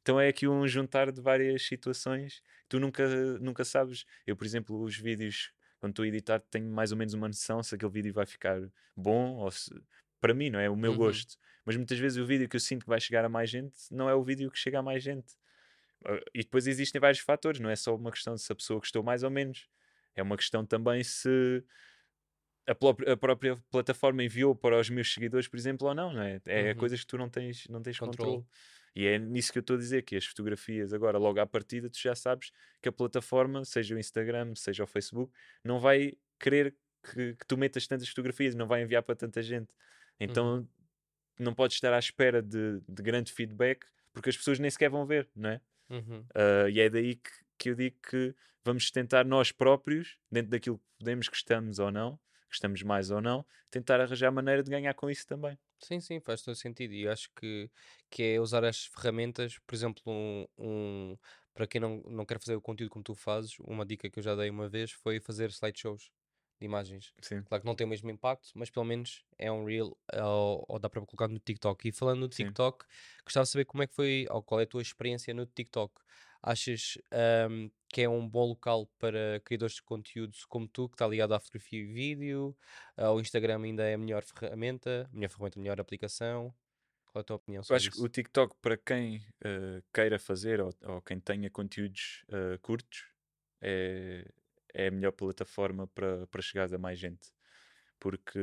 Então é aqui um juntar de várias situações que tu nunca, nunca sabes. Eu, por exemplo, os vídeos, quando estou a editar, tenho mais ou menos uma noção se aquele vídeo vai ficar bom ou se. Para mim, não é o meu Uhum, gosto. Mas muitas vezes o vídeo que eu sinto que vai chegar a mais gente não é o vídeo que chega a mais gente. Ah, E depois existem vários fatores, não é só uma questão de se a pessoa gostou mais ou menos. É uma questão também se a, pló- a própria plataforma enviou para os meus seguidores, por exemplo, ou não, não é? É uhum. coisas que tu não tens, não tens Controle. controle. E é nisso que eu estou a dizer, que as fotografias agora, logo à partida, tu já sabes que a plataforma, seja o Instagram, seja o Facebook, não vai querer que, que tu metas tantas fotografias, não vai enviar para tanta gente. Uhum, Então não podes estar à espera de, de grande feedback, porque as pessoas nem sequer vão ver, não é? uhum, Uh, e é daí que, que eu digo que vamos tentar nós próprios, dentro daquilo que podemos, gostamos ou não, gostamos mais ou não, tentar arranjar maneira de ganhar com isso também. sim, sim, faz todo sentido. E acho que, que é usar as ferramentas, por exemplo, um, um- para quem não, não quer fazer o conteúdo como tu fazes, uma dica que eu já dei uma vez foi fazer slideshows de imagens. Sim, Claro que não tem o mesmo impacto, mas pelo menos é um reel eh, ou, ou dá para colocar no TikTok. E falando no sim. TikTok, gostava de saber como é que foi, ou qual é a tua experiência no TikTok. Achas ahm, que é um bom local para criadores de conteúdo como tu, que está ligado à fotografia e vídeo? Ah, o Instagram ainda é a melhor ferramenta, melhor ferramenta, melhor aplicação. Qual é a tua opinião Eu sobre acho que o isso? TikTok, para quem uh, queira fazer ou, ou quem tenha conteúdos uh, curtos, é, é a melhor plataforma para, para chegar a mais gente. Porque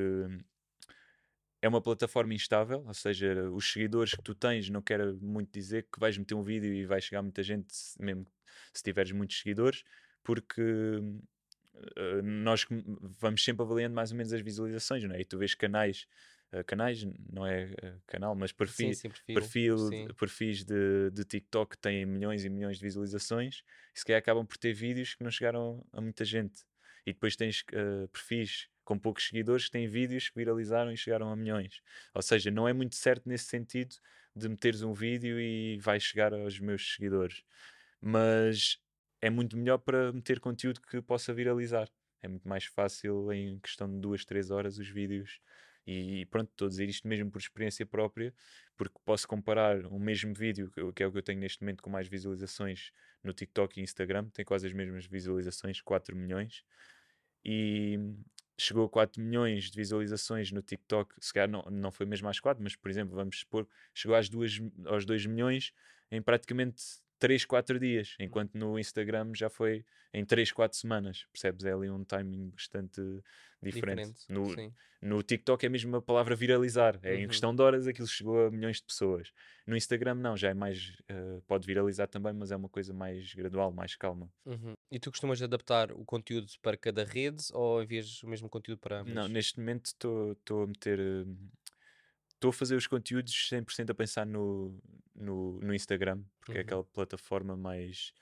é uma plataforma instável, ou seja, os seguidores que tu tens não quer muito dizer que vais meter um vídeo e vai chegar muita gente, se- mesmo se tiveres muitos seguidores, porque uh, nós com- vamos sempre avaliando mais ou menos as visualizações, não é? E tu vês canais, uh, canais, não é uh, canal, mas Sim, perfil, sim, perfil. perfil, Sim. perfis de, de TikTok que têm milhões e milhões de visualizações, e se calhar acabam por ter vídeos que não chegaram a muita gente. E depois tens uh, perfis com poucos seguidores que têm vídeos que viralizaram e chegaram a milhões. Ou seja, não é muito certo nesse sentido de meteres um vídeo e vai chegar aos meus seguidores. Mas é muito melhor para meter conteúdo que possa viralizar. É muito mais fácil em questão de duas, três horas os vídeos. E pronto, estou a dizer isto mesmo por experiência própria, porque posso comparar o mesmo vídeo, que eu- que é o que eu tenho neste momento com mais visualizações no TikTok e Instagram, tem quase as mesmas visualizações, quatro milhões, e chegou a quatro milhões de visualizações no TikTok. Se calhar não, não foi mesmo às quatro, mas por exemplo, vamos supor, chegou às duas, aos dois milhões em praticamente três, quatro dias, enquanto no Instagram já foi em três, quatro semanas. Percebes? É ali um timing bastante diferente. Diferente. No, Sim. no TikTok é mesmo a palavra viralizar, é em Uhum. questão de horas aquilo chegou a milhões de pessoas. No Instagram, não, já é mais, eh, pode viralizar também, mas é uma coisa mais gradual, mais calma. Uhum. E tu costumas adaptar o conteúdo para cada rede ou envias o mesmo conteúdo para Não, ambas? neste momento estou a meter. Estou a fazer os conteúdos cem por cento a pensar no, no, no Instagram, porque é Uhum. aquela plataforma mais.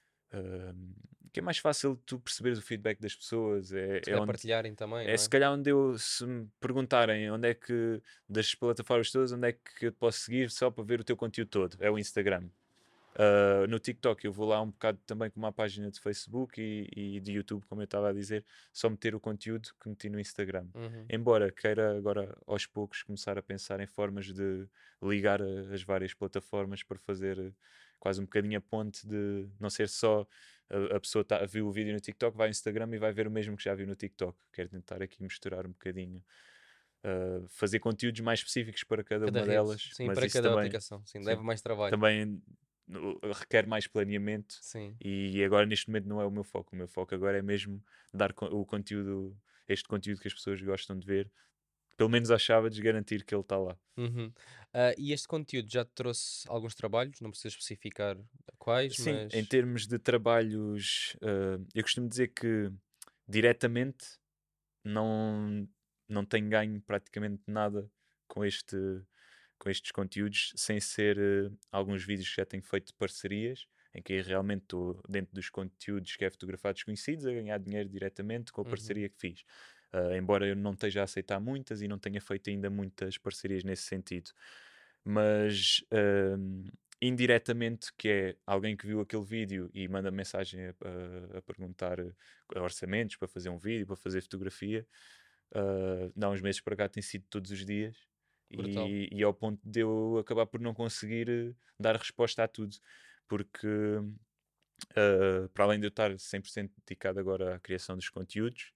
ahm, que é mais fácil tu perceberes o feedback das pessoas. É, Se é calhar onde. partilharem também, É não se é? calhar onde eu, se me perguntarem onde é que, das plataformas todas, onde é que eu te posso seguir só para ver o teu conteúdo todo, é o Instagram. Uh, no TikTok eu vou lá um bocado também com uma página de Facebook e, e de YouTube, como eu estava a dizer, só meter o conteúdo que meti no Instagram. Uhum. Embora queira agora aos poucos começar a pensar em formas de ligar a- as várias plataformas para fazer eh, quase um bocadinho a ponte de não ser só a, a pessoa tá, viu o vídeo no TikTok, vai ao Instagram e vai ver o mesmo que já viu no TikTok. Quero tentar aqui misturar um bocadinho, uh, fazer conteúdos mais específicos para cada Cada uma rede. delas, Sim, mas para isso cada também, aplicação. Sim, sim, leva mais trabalho. também no- requer mais planeamento Sim. e agora neste momento não é o meu foco. O meu foco agora é mesmo dar co- o conteúdo, este conteúdo que as pessoas gostam de ver, pelo menos achava de garantir que ele está lá. Uhum. Ah, e este conteúdo já te trouxe alguns trabalhos, não precisas especificar quais, Sim, em mas. termos de trabalhos, eh, eu costumo dizer que diretamente não, não tenho ganho praticamente nada com este com estes conteúdos, sem ser eh, alguns vídeos que já tenho feito de parcerias, em que realmente estou dentro dos conteúdos que é fotografar desconhecidos a ganhar dinheiro diretamente com a Uhum. parceria que fiz. Ah, embora eu não esteja a aceitar muitas e não tenha feito ainda muitas parcerias nesse sentido. Mas ahm, indiretamente, que é alguém que viu aquele vídeo e manda mensagem a, a- a perguntar eh, orçamentos para fazer um vídeo, para fazer fotografia, ah, dá uns meses para cá tem sido todos os dias Brutal. E, e ao ponto de eu acabar por não conseguir eh, dar resposta a tudo. Porque, uh, para além de eu estar cem por cento dedicado agora à criação dos conteúdos,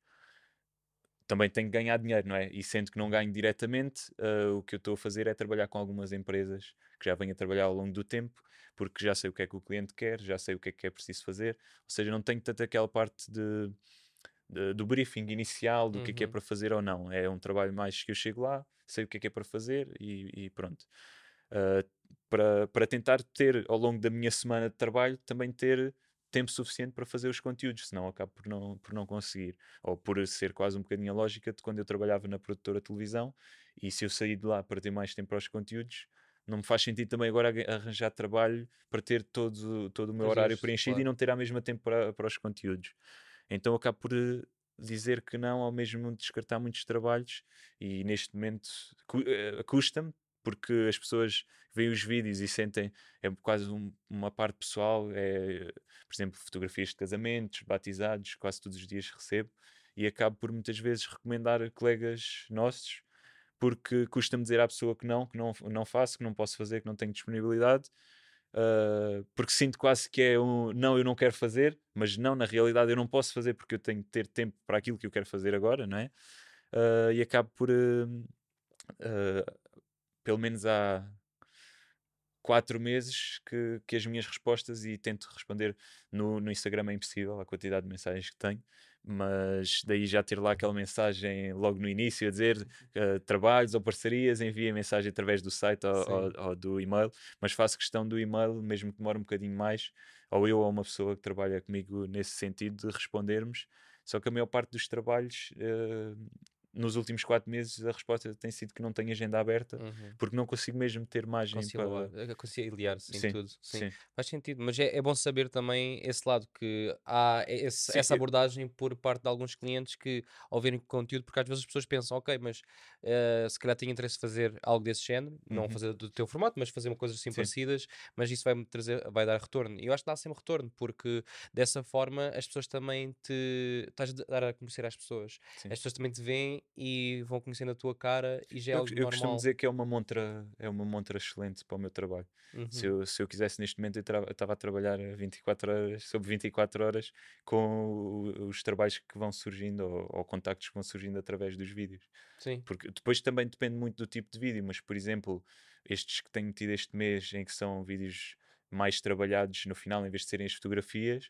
também tenho que ganhar dinheiro, não é? E sendo que não ganho diretamente, uh, o que eu estou a fazer é trabalhar com algumas empresas que já venho a trabalhar ao longo do tempo, porque já sei o que é que o cliente quer, já sei o que é que é preciso fazer, ou seja, não tenho tanto aquela parte de, de- do briefing inicial, do que é que é Uhum. para fazer ou não. É um trabalho mais que eu chego lá, sei o que é que é para fazer e, e pronto. Uh, para, para tentar ter, ao longo da minha semana de trabalho, também ter tempo suficiente para fazer os conteúdos, senão acabo por não, por não conseguir. Ou por ser quase um bocadinho a lógica de quando eu trabalhava na produtora de televisão, e se eu sair de lá para ter mais tempo para os conteúdos, não me faz sentido também agora arranjar trabalho para ter todo, todo o meu Os horário dias, preenchido e claro. não ter ao mesmo tempo para, para os conteúdos. Então acabo por eh, dizer que não, ao mesmo descartar muitos trabalhos, e neste momento cu- eh, custa-me, porque as pessoas veem os vídeos e sentem, é quase um- uma parte pessoal, é, por exemplo, fotografias de casamentos, batizados, quase todos os dias recebo, e acabo por muitas vezes recomendar a colegas nossos, porque custa-me dizer à pessoa que não, que não, não faço, que não posso fazer, que não tenho disponibilidade, uh, porque sinto quase que é um não, eu não quero fazer, mas não, na realidade eu não posso fazer porque eu tenho que ter tempo para aquilo que eu quero fazer agora, não é? Uh, e acabo por, uh, uh, pelo menos há quatro meses que, que as minhas respostas, e tento responder no, no Instagram, é impossível a quantidade de mensagens que tenho, mas daí já ter lá aquela mensagem logo no início a dizer uh, trabalhos ou parcerias, envia mensagem através do site ou, ou, Sim. ou do e-mail, mas faço questão do e-mail, mesmo que demore um bocadinho mais, ou eu ou uma pessoa que trabalha comigo nesse sentido, de respondermos. Só que a maior parte dos trabalhos, uh, nos últimos quatro meses, a resposta tem sido que não tenho agenda aberta, Uhum. porque não consigo mesmo ter margem Conciliar, para. eh, conciliar-se em Sim, tudo, sim. sim. Faz sentido, mas é, é bom saber também esse lado, que há e- esse- Sim, essa eu- abordagem por parte de alguns clientes que, ao verem o conteúdo, porque às vezes as pessoas pensam, ok, mas eh, se calhar tenho interesse em fazer algo desse género, não uhum, fazer do teu formato, mas fazer uma coisa assim sim, parecidas, mas isso vai-me trazer, vai dar retorno. E eu acho que dá sempre retorno, porque dessa forma as pessoas também te estás a dar a conhecer às pessoas. sim. As pessoas também te veem e vão conhecendo a tua cara e já é Eu, algo eu costumo normal. dizer que é uma montra, é uma montra excelente para o meu trabalho. Se Uhum. eu, se eu quisesse neste momento, eu tra- eu estava a trabalhar vinte e quatro horas, sobre vinte e quatro horas, com o- os trabalhos que vão surgindo, ou, ou contactos que vão surgindo através dos vídeos. Sim. Porque depois também depende muito do tipo de vídeo, mas por exemplo, estes que tenho tido este mês, em que são vídeos mais trabalhados no final, em vez de serem as fotografias,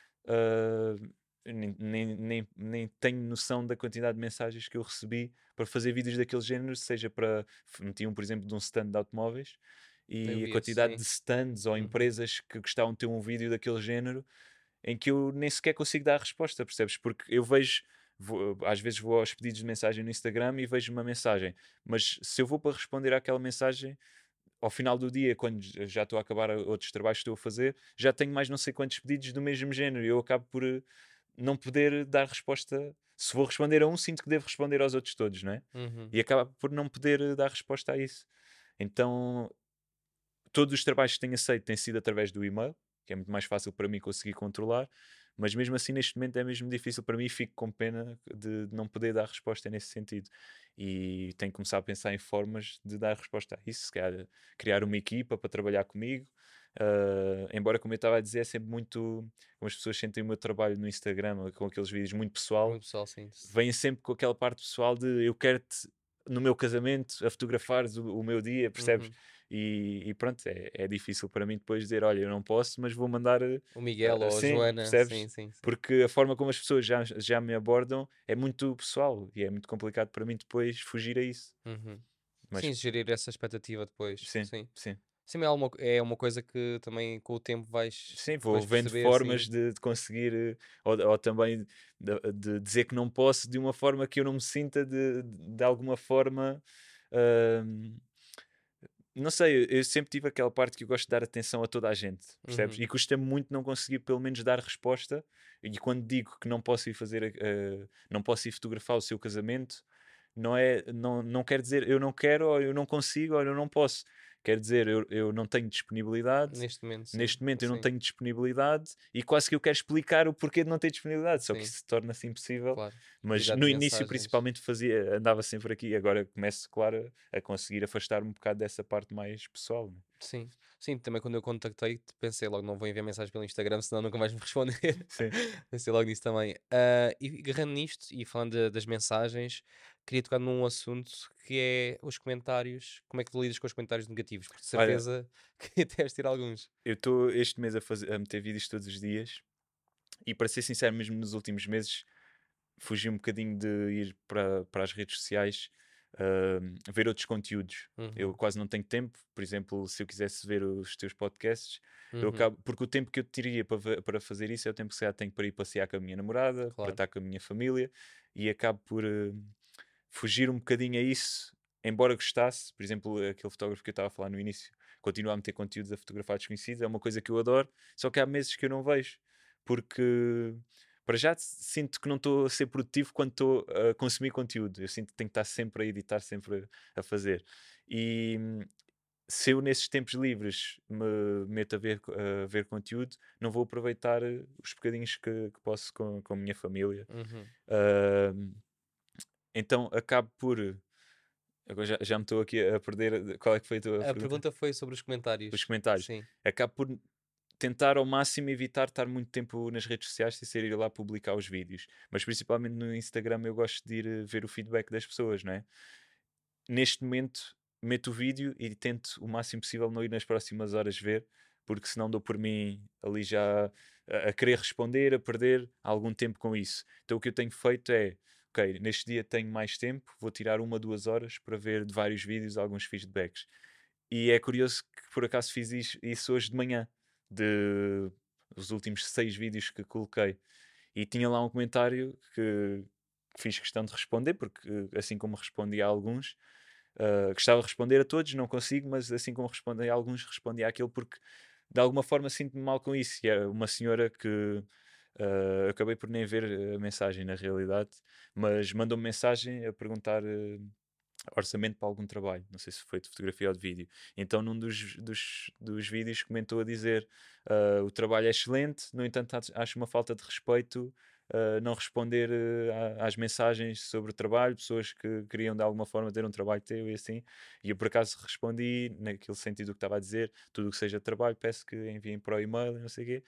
ah, nem, nem, nem, nem tenho noção da quantidade de mensagens que eu recebi para fazer vídeos daquele género, seja para. Meti um, por exemplo, de um stand de automóveis, Eu e a vi esse, quantidade sim. de stands ou Uhum. empresas que gostavam de ter um vídeo daquele género, em que eu nem sequer consigo dar a resposta, percebes? Porque eu vejo. Vou- às vezes vou aos pedidos de mensagem no Instagram e vejo uma mensagem, mas se eu vou para responder àquela mensagem, ao final do dia, quando já estou a acabar outros trabalhos que estou a fazer, já tenho mais não sei quantos pedidos do mesmo género, e eu acabo por eh, não poder dar resposta. Se vou responder a um, sinto que devo responder aos outros todos, não é? Uhum. E acaba por não poder eh, dar resposta a isso. Então, todos os trabalhos que tenho aceito têm sido através do e-mail, que é muito mais fácil para mim conseguir controlar, mas mesmo assim, neste momento, é mesmo difícil para mim, e fico com pena de não poder dar resposta nesse sentido. E tenho que começar a pensar em formas de dar resposta a isso, se calhar criar uma equipa para trabalhar comigo. Uh, embora, como eu estava a dizer, é sempre muito. Como as pessoas sentem o meu trabalho no Instagram, com aqueles vídeos muito pessoal, Muito pessoal, sim. vêm sempre com aquela parte pessoal de eu quero-te no meu casamento a fotografares o, o meu dia, percebes? Uhum. E, e pronto, é, é difícil para mim depois dizer: olha, eu não posso, mas vou mandar uh, O Miguel ou a sim, Joana, sim, percebes? sim, sim. Porque a forma como as pessoas já, já me abordam é muito pessoal, e é muito complicado para mim depois fugir a isso. Uhum. Mas Sim, gerir essa expectativa depois, sim, sim. sim. Sim, é uma, é uma coisa que também com o tempo vais, Sim, vou vais vendo perceber, formas sim. de, de conseguir, eh, ou, ou também de, de dizer que não posso de uma forma que eu não me sinta de, de alguma forma. hum, não sei, eu eu sempre tive aquela parte que eu gosto de dar atenção a toda a gente, percebes? Uhum. E custa-me muito não conseguir pelo menos dar resposta. E quando digo que não posso ir fazer, eh, não posso ir fotografar o seu casamento, não é, não, não quer dizer eu não quero, ou eu não consigo, ou eu não posso. Quer dizer, eu, eu não tenho disponibilidade. Neste momento, sim. Neste momento eu não Sim, tenho disponibilidade e quase que eu quero explicar o porquê de não ter disponibilidade, só que sim, isso torna-se impossível. claro. Mas Enviar no início, mensagens. principalmente, fazia, andava sempre aqui. Agora começo, claro, a conseguir afastar-me um bocado dessa parte mais pessoal, né? Sim, sim, também quando eu contactei, pensei logo, não vou enviar mensagem pelo Instagram, senão nunca mais me responder. Sim. Pensei logo nisso também. Ah, e agarrando nisto e falando da- das mensagens, queria tocar num assunto que é os comentários. Como é que tu lidas com os comentários negativos? Porque de Olha, certeza que deves ter alguns. eu estou este mês a, fazer, a meter vídeos todos os dias e, para ser sincero, mesmo nos últimos meses, fugi um bocadinho de ir para, para as redes sociais, uh, ver outros conteúdos. Eu Uhum, quase não tenho tempo. Por exemplo, se eu quisesse ver os teus podcasts, eu uhum, acabo, porque o tempo que eu teria para, va- para fazer isso é o tempo que se calhar tenho para ir passear com a minha namorada, para claro. estar com a minha família, e acabo por uh, fugir um bocadinho a isso, embora gostasse. Por exemplo, aquele fotógrafo que eu estava a falar no início, continuar a meter conteúdos a fotografar desconhecidos, é uma coisa que eu adoro, só que há meses que eu não vejo, porque para já sinto que não estou a ser produtivo quando estou a consumir conteúdo. Eu sinto que tenho que estar sempre a editar, sempre a fazer. E hum, se eu nesses tempos livres me meto a ver, a ver conteúdo, não vou aproveitar eh, os bocadinhos que, que posso com, com a minha família. Uhum. Ahm, então acabo por. Agora já, já me estou aqui a perder. Qual é que foi a tua A pergunta? pergunta foi sobre os Os comentários. comentários. Sim. Acabo por tentar ao máximo evitar estar muito tempo nas redes sociais sem ser ir lá publicar os vídeos. Mas principalmente no Instagram eu gosto de ir eh, ver o feedback das pessoas, não é? Neste momento meto o vídeo e tento o máximo possível não ir nas próximas horas ver, porque senão dou por mim ali já a, a querer responder, a perder algum tempo com isso. Então o que eu tenho feito é, ok, neste dia tenho mais tempo, vou tirar uma, duas horas para ver de vários vídeos alguns feedbacks. E é curioso que por acaso fiz is- isso hoje de manhã, de os últimos seis vídeos que coloquei. E tinha lá um comentário que fiz questão de responder, porque assim como respondi a alguns, uh, gostava de responder a todos, não consigo, mas assim como respondi a alguns, respondi àquele porque de alguma forma sinto-me mal com isso. E é uma senhora que uh, acabei por nem ver a mensagem na realidade, mas mandou-me mensagem a perguntar. Uh, orçamento para algum trabalho, não sei se foi de fotografia ou de vídeo. Então, num dos, dos, dos vídeos, comentou a dizer: uh, o trabalho é excelente, no entanto, acho uma falta de respeito. Uh, não responder uh, às mensagens sobre o trabalho, pessoas que queriam de alguma forma ter um trabalho teu e assim. E eu por acaso respondi naquele sentido que estava a dizer: tudo o que seja trabalho, peço que enviem para o e-mail e não sei o quê.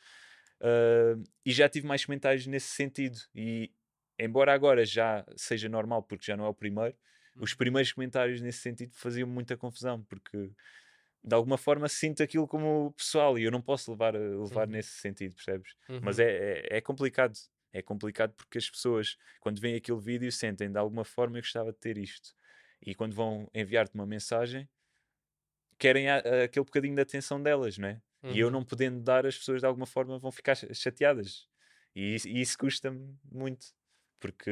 Uh, e já tive mais comentários nesse sentido. E embora agora já seja normal, porque já não é o primeiro, os Uhum. primeiros comentários nesse sentido faziam muita confusão, porque de alguma forma sinto aquilo como pessoal e eu não posso levar, levar Uhum. nesse sentido, percebes? Mas Uhum. é, é, é complicado. É complicado porque as pessoas, quando veem aquele vídeo, sentem de alguma forma eu gostava de ter isto. E quando vão enviar-te uma mensagem, querem a, a, aquele bocadinho de atenção delas, não é? E eu Uhum. não podendo dar, as pessoas de alguma forma vão ficar chateadas. E isso, e isso custa-me muito, porque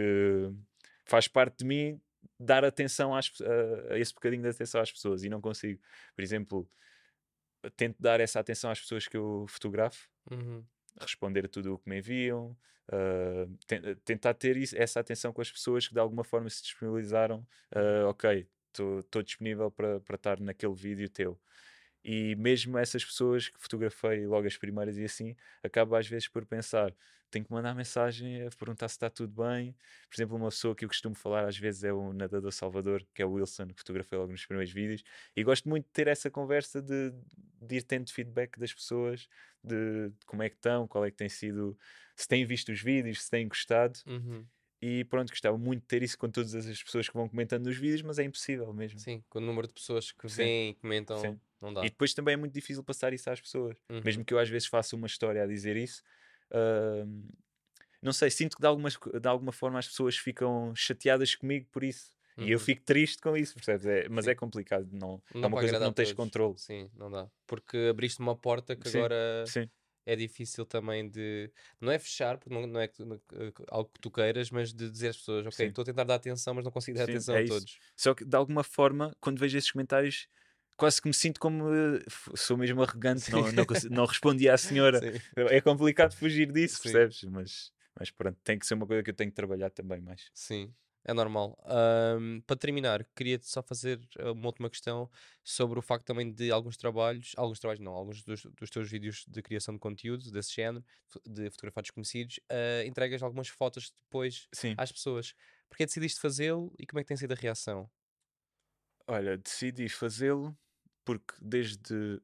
faz parte de mim dar atenção às, a, a esse bocadinho de atenção às pessoas e não consigo. Por exemplo, tento dar essa atenção às pessoas que eu fotografo, Uhum. responder a tudo o que me enviam, uh, ten, tentar ter isso, essa atenção com as pessoas que de alguma forma se disponibilizaram. Uhum. Uh, ok, estou disponível para estar naquele vídeo teu. E mesmo essas pessoas que fotografei logo as primeiras e assim, acabo às vezes por pensar, tenho que mandar mensagem a perguntar se está tudo bem. Por exemplo, uma pessoa que eu costumo falar às vezes é o nadador Salvador, que é o Wilson, que fotografei logo nos primeiros vídeos, e gosto muito de ter essa conversa de, de ir tendo feedback das pessoas, de, de como é que estão, qual é que tem sido, se têm visto os vídeos, se têm gostado. Uhum. E pronto, gostava muito de ter isso com todas as pessoas que vão comentando nos vídeos, mas é impossível mesmo. Sim, com o número de pessoas que Sim. veem e Sim. comentam, não E dá. depois também é muito difícil passar isso às pessoas. Mesmo Uhum. que eu às vezes faça uma história a dizer isso, hum, não sei, sinto que de, algumas, de alguma forma as pessoas ficam chateadas comigo por isso. E eu Uhum. fico triste com isso, percebes? É, mas é Sim. complicado, não, Não é dá uma para coisa que agradar a não tens todos. controle. Sim, não dá. Porque abriste uma porta que Sim, agora sim, é difícil também de. Não é fechar, porque não, não é que- não- eh, algo que tu queiras, mas de dizer às pessoas: Ok, sim, estou a tentar dar atenção, mas não consigo dar sim, atenção a é isso. todos. Só que de alguma forma, quando vejo esses comentários, quase que me sinto como eh, f- sou mesmo arrogante, Sim. não, não, consigo- não respondi à senhora. Sim, É complicado fugir disso, sim, percebes? Mas, mas pronto, tem que ser uma coisa que eu tenho que trabalhar também mais. sim. É normal. Ahm, para terminar, queria-te só fazer uh, uma última questão sobre o facto também de alguns trabalhos, alguns trabalhos não, alguns dos, dos teus vídeos de criação de conteúdo desse género, fo- de fotografar desconhecidos, uh, entregas algumas fotos depois Sim, às pessoas. Porque decidiste fazê-lo e como é que tem sido a reação? olha, decidi fazê-lo porque desde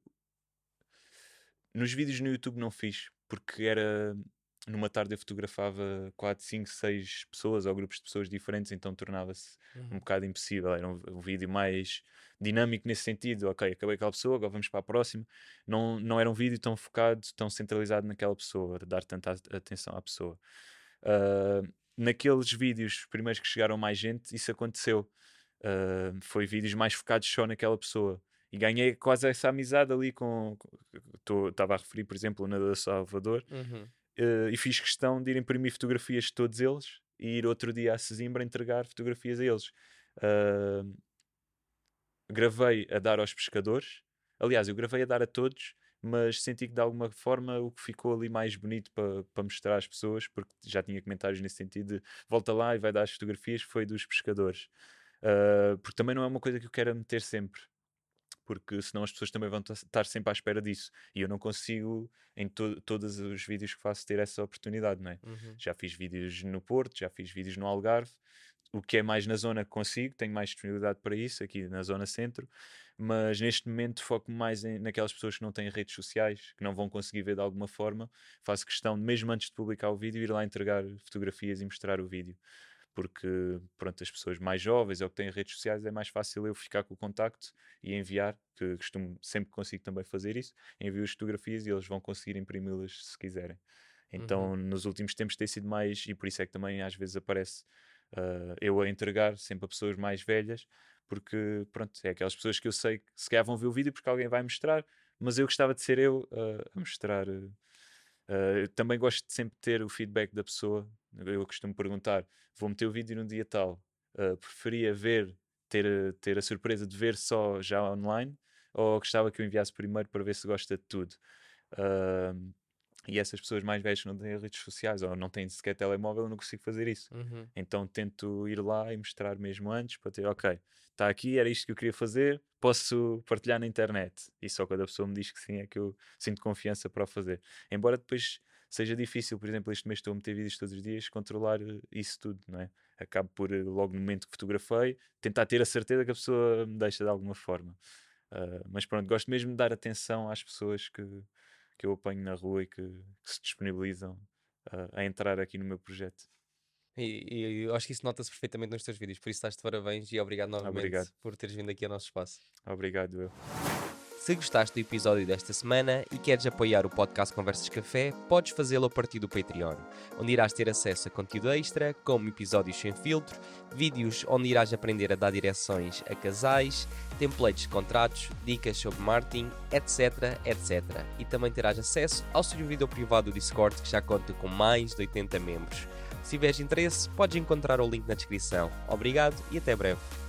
nos vídeos no YouTube não fiz, porque era numa tarde eu fotografava quatro, cinco, seis pessoas ou grupos de pessoas diferentes, então tornava-se um Uhum. bocado impossível. Era um, um vídeo mais dinâmico nesse sentido. Ok, acabei aquela pessoa, agora vamos para a próxima. Não, não era um vídeo tão focado, tão centralizado naquela pessoa, dar tanta a- atenção à pessoa. Ah, naqueles vídeos, os primeiros que chegaram mais gente, isso aconteceu. Ah, foi vídeos mais focados só naquela pessoa. E ganhei quase essa amizade ali com. Estava a referir, por exemplo, na da Salvador, Uhum. eh, e fiz questão de ir imprimir fotografias de todos eles e ir outro dia a Sesimbra entregar fotografias a eles. Ah, gravei a dar aos pescadores. Aliás, eu gravei a dar a todos, mas senti que de alguma forma o que ficou ali mais bonito para pa mostrar às pessoas, porque já tinha comentários nesse sentido de volta lá e vai dar as fotografias, foi dos pescadores. Ah, porque também não é uma coisa que eu quero meter sempre, porque senão as pessoas também vão estar sempre à espera disso. E eu não consigo, em to todos os vídeos que faço, ter essa oportunidade, não é? Uhum. Já fiz vídeos no Porto, já fiz vídeos no Algarve, o que é mais na zona que consigo, tenho mais disponibilidade para isso, aqui na zona centro, mas neste momento foco mais em, naquelas pessoas que não têm redes sociais, que não vão conseguir ver de alguma forma. Faço questão, mesmo antes de publicar o vídeo, ir lá entregar fotografias e mostrar o vídeo, porque pronto, as pessoas mais jovens ou que têm redes sociais é mais fácil eu ficar com o contacto e enviar, que costumo, sempre que consigo também fazer isso, envio as fotografias e eles vão conseguir imprimi-las se quiserem. Uhum. Então, nos últimos tempos tem sido mais, e por isso é que também às vezes aparece uh, eu a entregar sempre a pessoas mais velhas, porque pronto, é aquelas pessoas que eu sei que se calhar vão ver o vídeo porque alguém vai mostrar, mas eu gostava de ser eu uh, a mostrar. Uh, Uh, eu também gosto de sempre ter o feedback da pessoa. Eu costumo perguntar: vou meter o vídeo num dia tal, uh, preferia ver, ter, a- ter a surpresa de ver só já online, ou gostava que eu enviasse primeiro para ver se gosta de tudo? Uh, e essas pessoas mais velhas que não têm redes sociais ou não têm sequer telemóvel, eu não consigo fazer isso. Uhum. Então tento ir lá e mostrar mesmo antes para ter, ok, está aqui, era isto que eu queria fazer, posso partilhar na internet. E só quando a pessoa me diz que sim é que eu sinto confiança para o fazer. Embora depois seja difícil, por exemplo, este mês estou a meter vídeos todos os dias, controlar eh, isso tudo, não é? Acabo por, eh, logo no momento que fotografei, tentar ter a certeza que a pessoa me deixa de alguma forma. Uh, mas pronto, gosto mesmo de dar atenção às pessoas que, que eu apanho na rua e que, que se disponibilizam uh, a entrar aqui no meu projeto. E, e eu acho que isso nota-se perfeitamente nos teus vídeos, por isso estás de parabéns e obrigado novamente Obrigado. por teres vindo aqui ao nosso espaço. Obrigado, eu. Se gostaste do episódio desta semana e queres apoiar o podcast Conversas Café, podes fazê-lo a partir do Patreon, onde irás ter acesso a conteúdo extra, como episódios sem filtro, vídeos onde irás aprender a dar direções a casais, templates de contratos, dicas sobre marketing, etc, etcétera. E também terás acesso ao servidor privado do Discord, que já conta com mais de oitenta membros. Se tiveres interesse, podes encontrar o link na descrição. Obrigado e até breve.